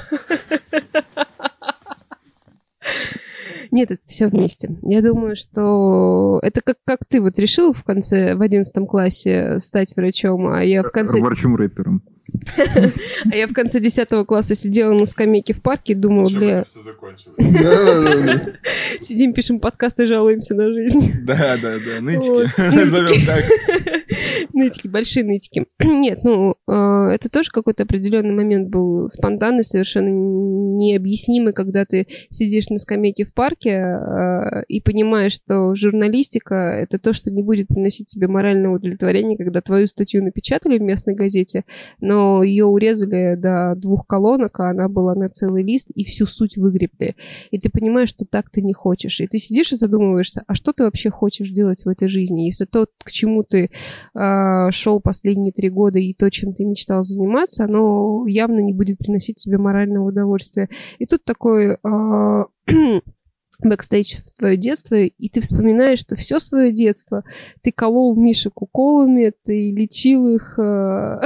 Нет, это все вместе. Я думаю, что это как, как ты вот решил в конце, в одиннадцатом классе стать врачом, а я в конце... Врачом-рэпером. А я в конце десятого класса сидела на скамейке в парке и думала, бля... Все закончилось. Да-да-да. Сидим, пишем подкасты, жалуемся на жизнь. Да, да, да, Вот. нытики, Нытики. назовем так. Нытики, большие нытики. Нет, ну, это тоже какой-то определенный момент был спонтанный, совершенно необъяснимый, когда ты сидишь на скамейке в парке и понимаешь, что журналистика — это то, что не будет приносить тебе моральное удовлетворение, когда твою статью напечатали в местной газете, но ее урезали до двух колонок, а она была на целый лист, и всю суть выгребли. И ты понимаешь, что так ты не хочешь. И ты сидишь и задумываешься, а что ты вообще хочешь делать в этой жизни? Если то, к чему ты э, шел последние три года, и то, чем ты мечтал заниматься, оно явно не будет приносить тебе морального удовольствия. И тут такой э, бэкстейдж в твое детство, и ты вспоминаешь, что все свое детство ты колол мишек уколами, ты лечил их... Э,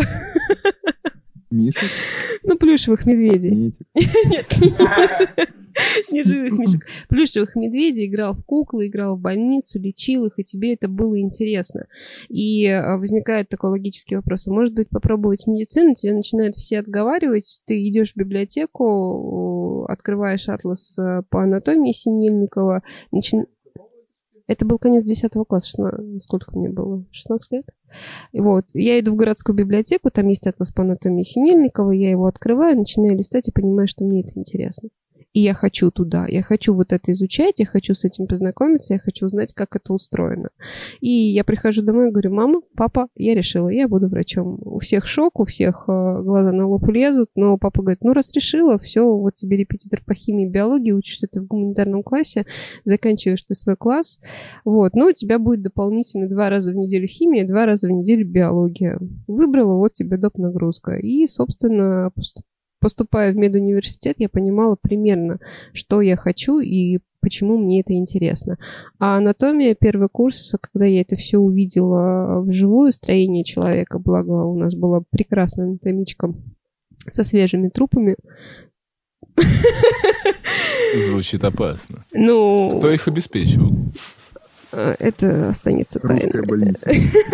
Мишек? Ну, плюшевых медведей. Нет, не живых мишек. Плюшевых медведей, играл в куклы, играл в больницу, лечил их, и тебе это было интересно. И возникает такой логический вопрос. А может быть, попробовать медицину? Тебя начинают все отговаривать. Ты идешь в библиотеку, открываешь атлас по анатомии Синельникова. Начи... Это был конец десятого класса. шестнадцать... Сколько мне было? шестнадцать лет? Вот. Я иду в городскую библиотеку, там есть атлас по анатомии Синельникова, я его открываю, начинаю листать и понимаю, что мне это интересно. И я хочу туда, я хочу вот это изучать, я хочу с этим познакомиться, я хочу узнать, как это устроено. И я прихожу домой и говорю: мама, папа, я решила, я буду врачом. У всех шок, у всех глаза на лоб лезут, но папа говорит: ну раз решила, все, вот тебе репетитор по химии и биологии, учишься ты в гуманитарном классе, заканчиваешь ты свой класс, вот, ну у тебя будет дополнительно два раза в неделю химия, два раза в неделю биология. Выбрала, вот тебе доп. Нагрузка. И, собственно, поступ Поступая в медуниверситет, я понимала примерно, что я хочу и почему мне это интересно. А анатомия, первый курс, когда я это все увидела вживую, строение человека, благо у нас была прекрасная анатомичка со свежими трупами. Звучит опасно. Ну... Кто их обеспечивал? Это останется тайной. Русская больница.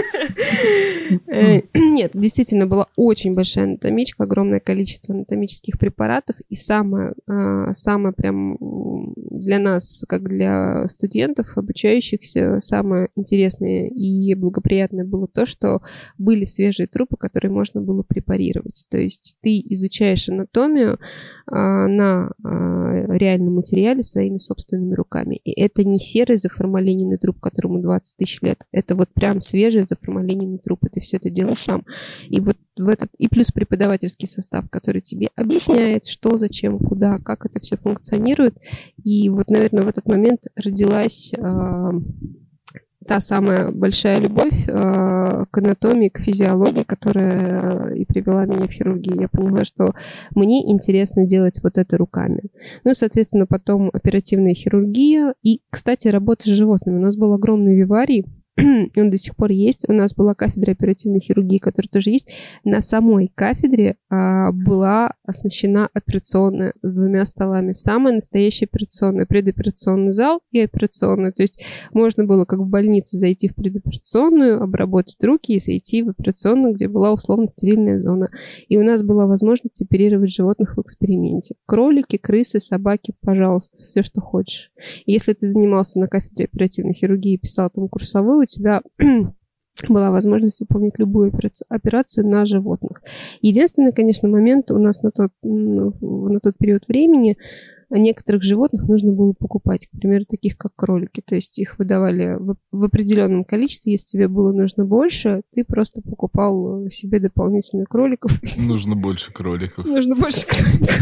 Нет, действительно была очень большая анатомичка, огромное количество анатомических препаратов, и самое, самое прям для нас, как для студентов, обучающихся, самое интересное и благоприятное было то, что были свежие трупы, которые можно было препарировать. То есть ты изучаешь анатомию на реальном материале своими собственными руками. И это не серый заформаленный труп, которому двадцать тысяч лет. Это вот прям свежий заформаленный труп. И ты все это делаешь сам. И вот в этот... И плюс преподавательский состав, который тебе объясняет, что, зачем, куда, как это все функционирует. И вот, наверное, в этот момент родилась э, та самая большая любовь э, к анатомии, к физиологии, которая и привела меня в хирургию. Я поняла, что мне интересно делать вот это руками. Ну, соответственно, потом оперативная хирургия и, кстати, работа с животными. У нас был огромный виварий, он до сих пор есть. У нас была кафедра оперативной хирургии, которая тоже есть. На самой кафедре а, была оснащена операционная с двумя столами. Самая настоящая операционная. Предоперационный зал и операционная. То есть можно было, как в больнице, зайти в предоперационную, обработать руки и зайти в операционную, где была условно стерильная зона. И у нас была возможность оперировать животных в эксперименте. Кролики, крысы, собаки, пожалуйста, все, что хочешь. И если ты занимался на кафедре оперативной хирургии и писал там курсовую, у тебя была возможность выполнить любую операцию, операцию на животных. Единственный, конечно, момент у нас на тот, на тот период времени некоторых животных нужно было покупать, к примеру, таких как кролики. То есть их выдавали в, в определенном количестве. Если тебе было нужно больше, ты просто покупал себе дополнительно кроликов. Нужно больше кроликов. Нужно больше кроликов.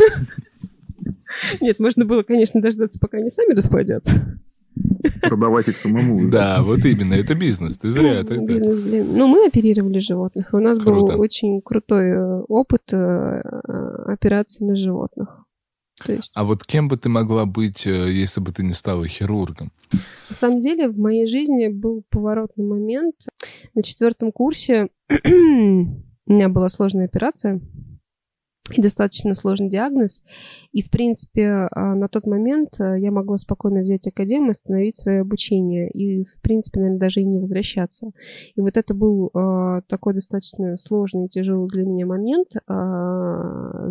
Нет, можно было, конечно, дождаться, пока они сами расплодятся. Продавать их самому. Да, вот именно, это бизнес, ты зря тогда. Бизнес, блин. Ну, мы оперировали животных, и у нас Круто. был очень крутой опыт операций на животных. То есть... А вот кем бы ты могла быть, если бы ты не стала хирургом? На самом деле, в моей жизни был поворотный момент. На четвертом курсе у меня была сложная операция и достаточно сложный диагноз. И, в принципе, на тот момент я могла спокойно взять академию, остановить свое обучение и, в принципе, наверное, даже и не возвращаться. И вот это был такой достаточно сложный и тяжелый для меня момент. В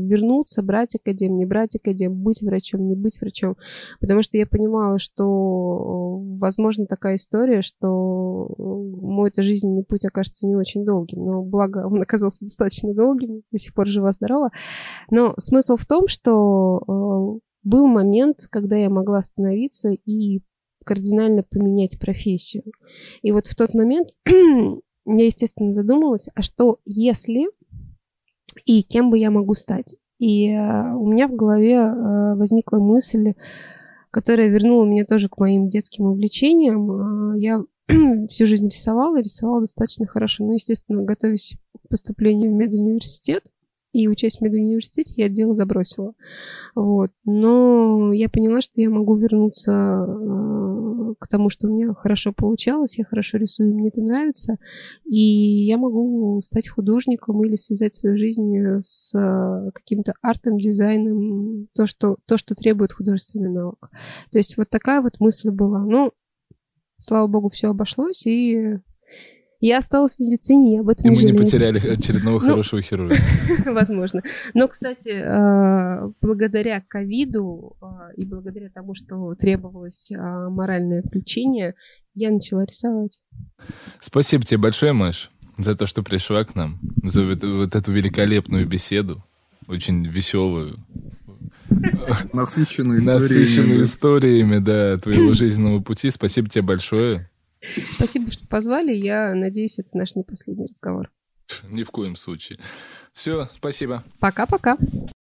вернуться, брать академ, не брать академ, быть врачом, не быть врачом. Потому что я понимала, что, возможно, такая история, что мой-то жизненный путь окажется не очень долгим. Но благо он оказался достаточно долгим, до сих пор жива-здорова. Но смысл в том, что был момент, когда я могла остановиться и кардинально поменять профессию. И вот в тот момент я, естественно, задумалась, а что если и кем бы я могу стать? И э, у меня в голове э, возникла мысль, которая вернула меня тоже к моим детским увлечениям. Э, я всю жизнь рисовала, рисовала достаточно хорошо. Ну, естественно, готовясь к поступлению в медуниверситет, и учась в медуниверситете, я дело забросила. Вот. Но я поняла, что я могу вернуться э, к тому, что у меня хорошо получалось, я хорошо рисую, мне это нравится, и я могу стать художником или связать свою жизнь с каким-то артом, дизайном, то, что, то, что требует художественный навык. То есть вот такая вот мысль была. Ну, слава богу, все обошлось, и я осталась в медицине, я об этом и не мы жалею. не потеряли очередного хорошего хирурга. Возможно. Но, кстати, благодаря ковиду и благодаря тому, что требовалось моральное включение, я начала рисовать. Спасибо тебе большое, Маш, за то, что пришла к нам, за вот, вот эту великолепную беседу, очень веселую. Насыщенную историями. Насыщенную историями, да, твоего жизненного пути. Спасибо тебе большое. Спасибо, что позвали. Я надеюсь, это наш не последний разговор. Ни в коем случае. Все, спасибо. Пока-пока.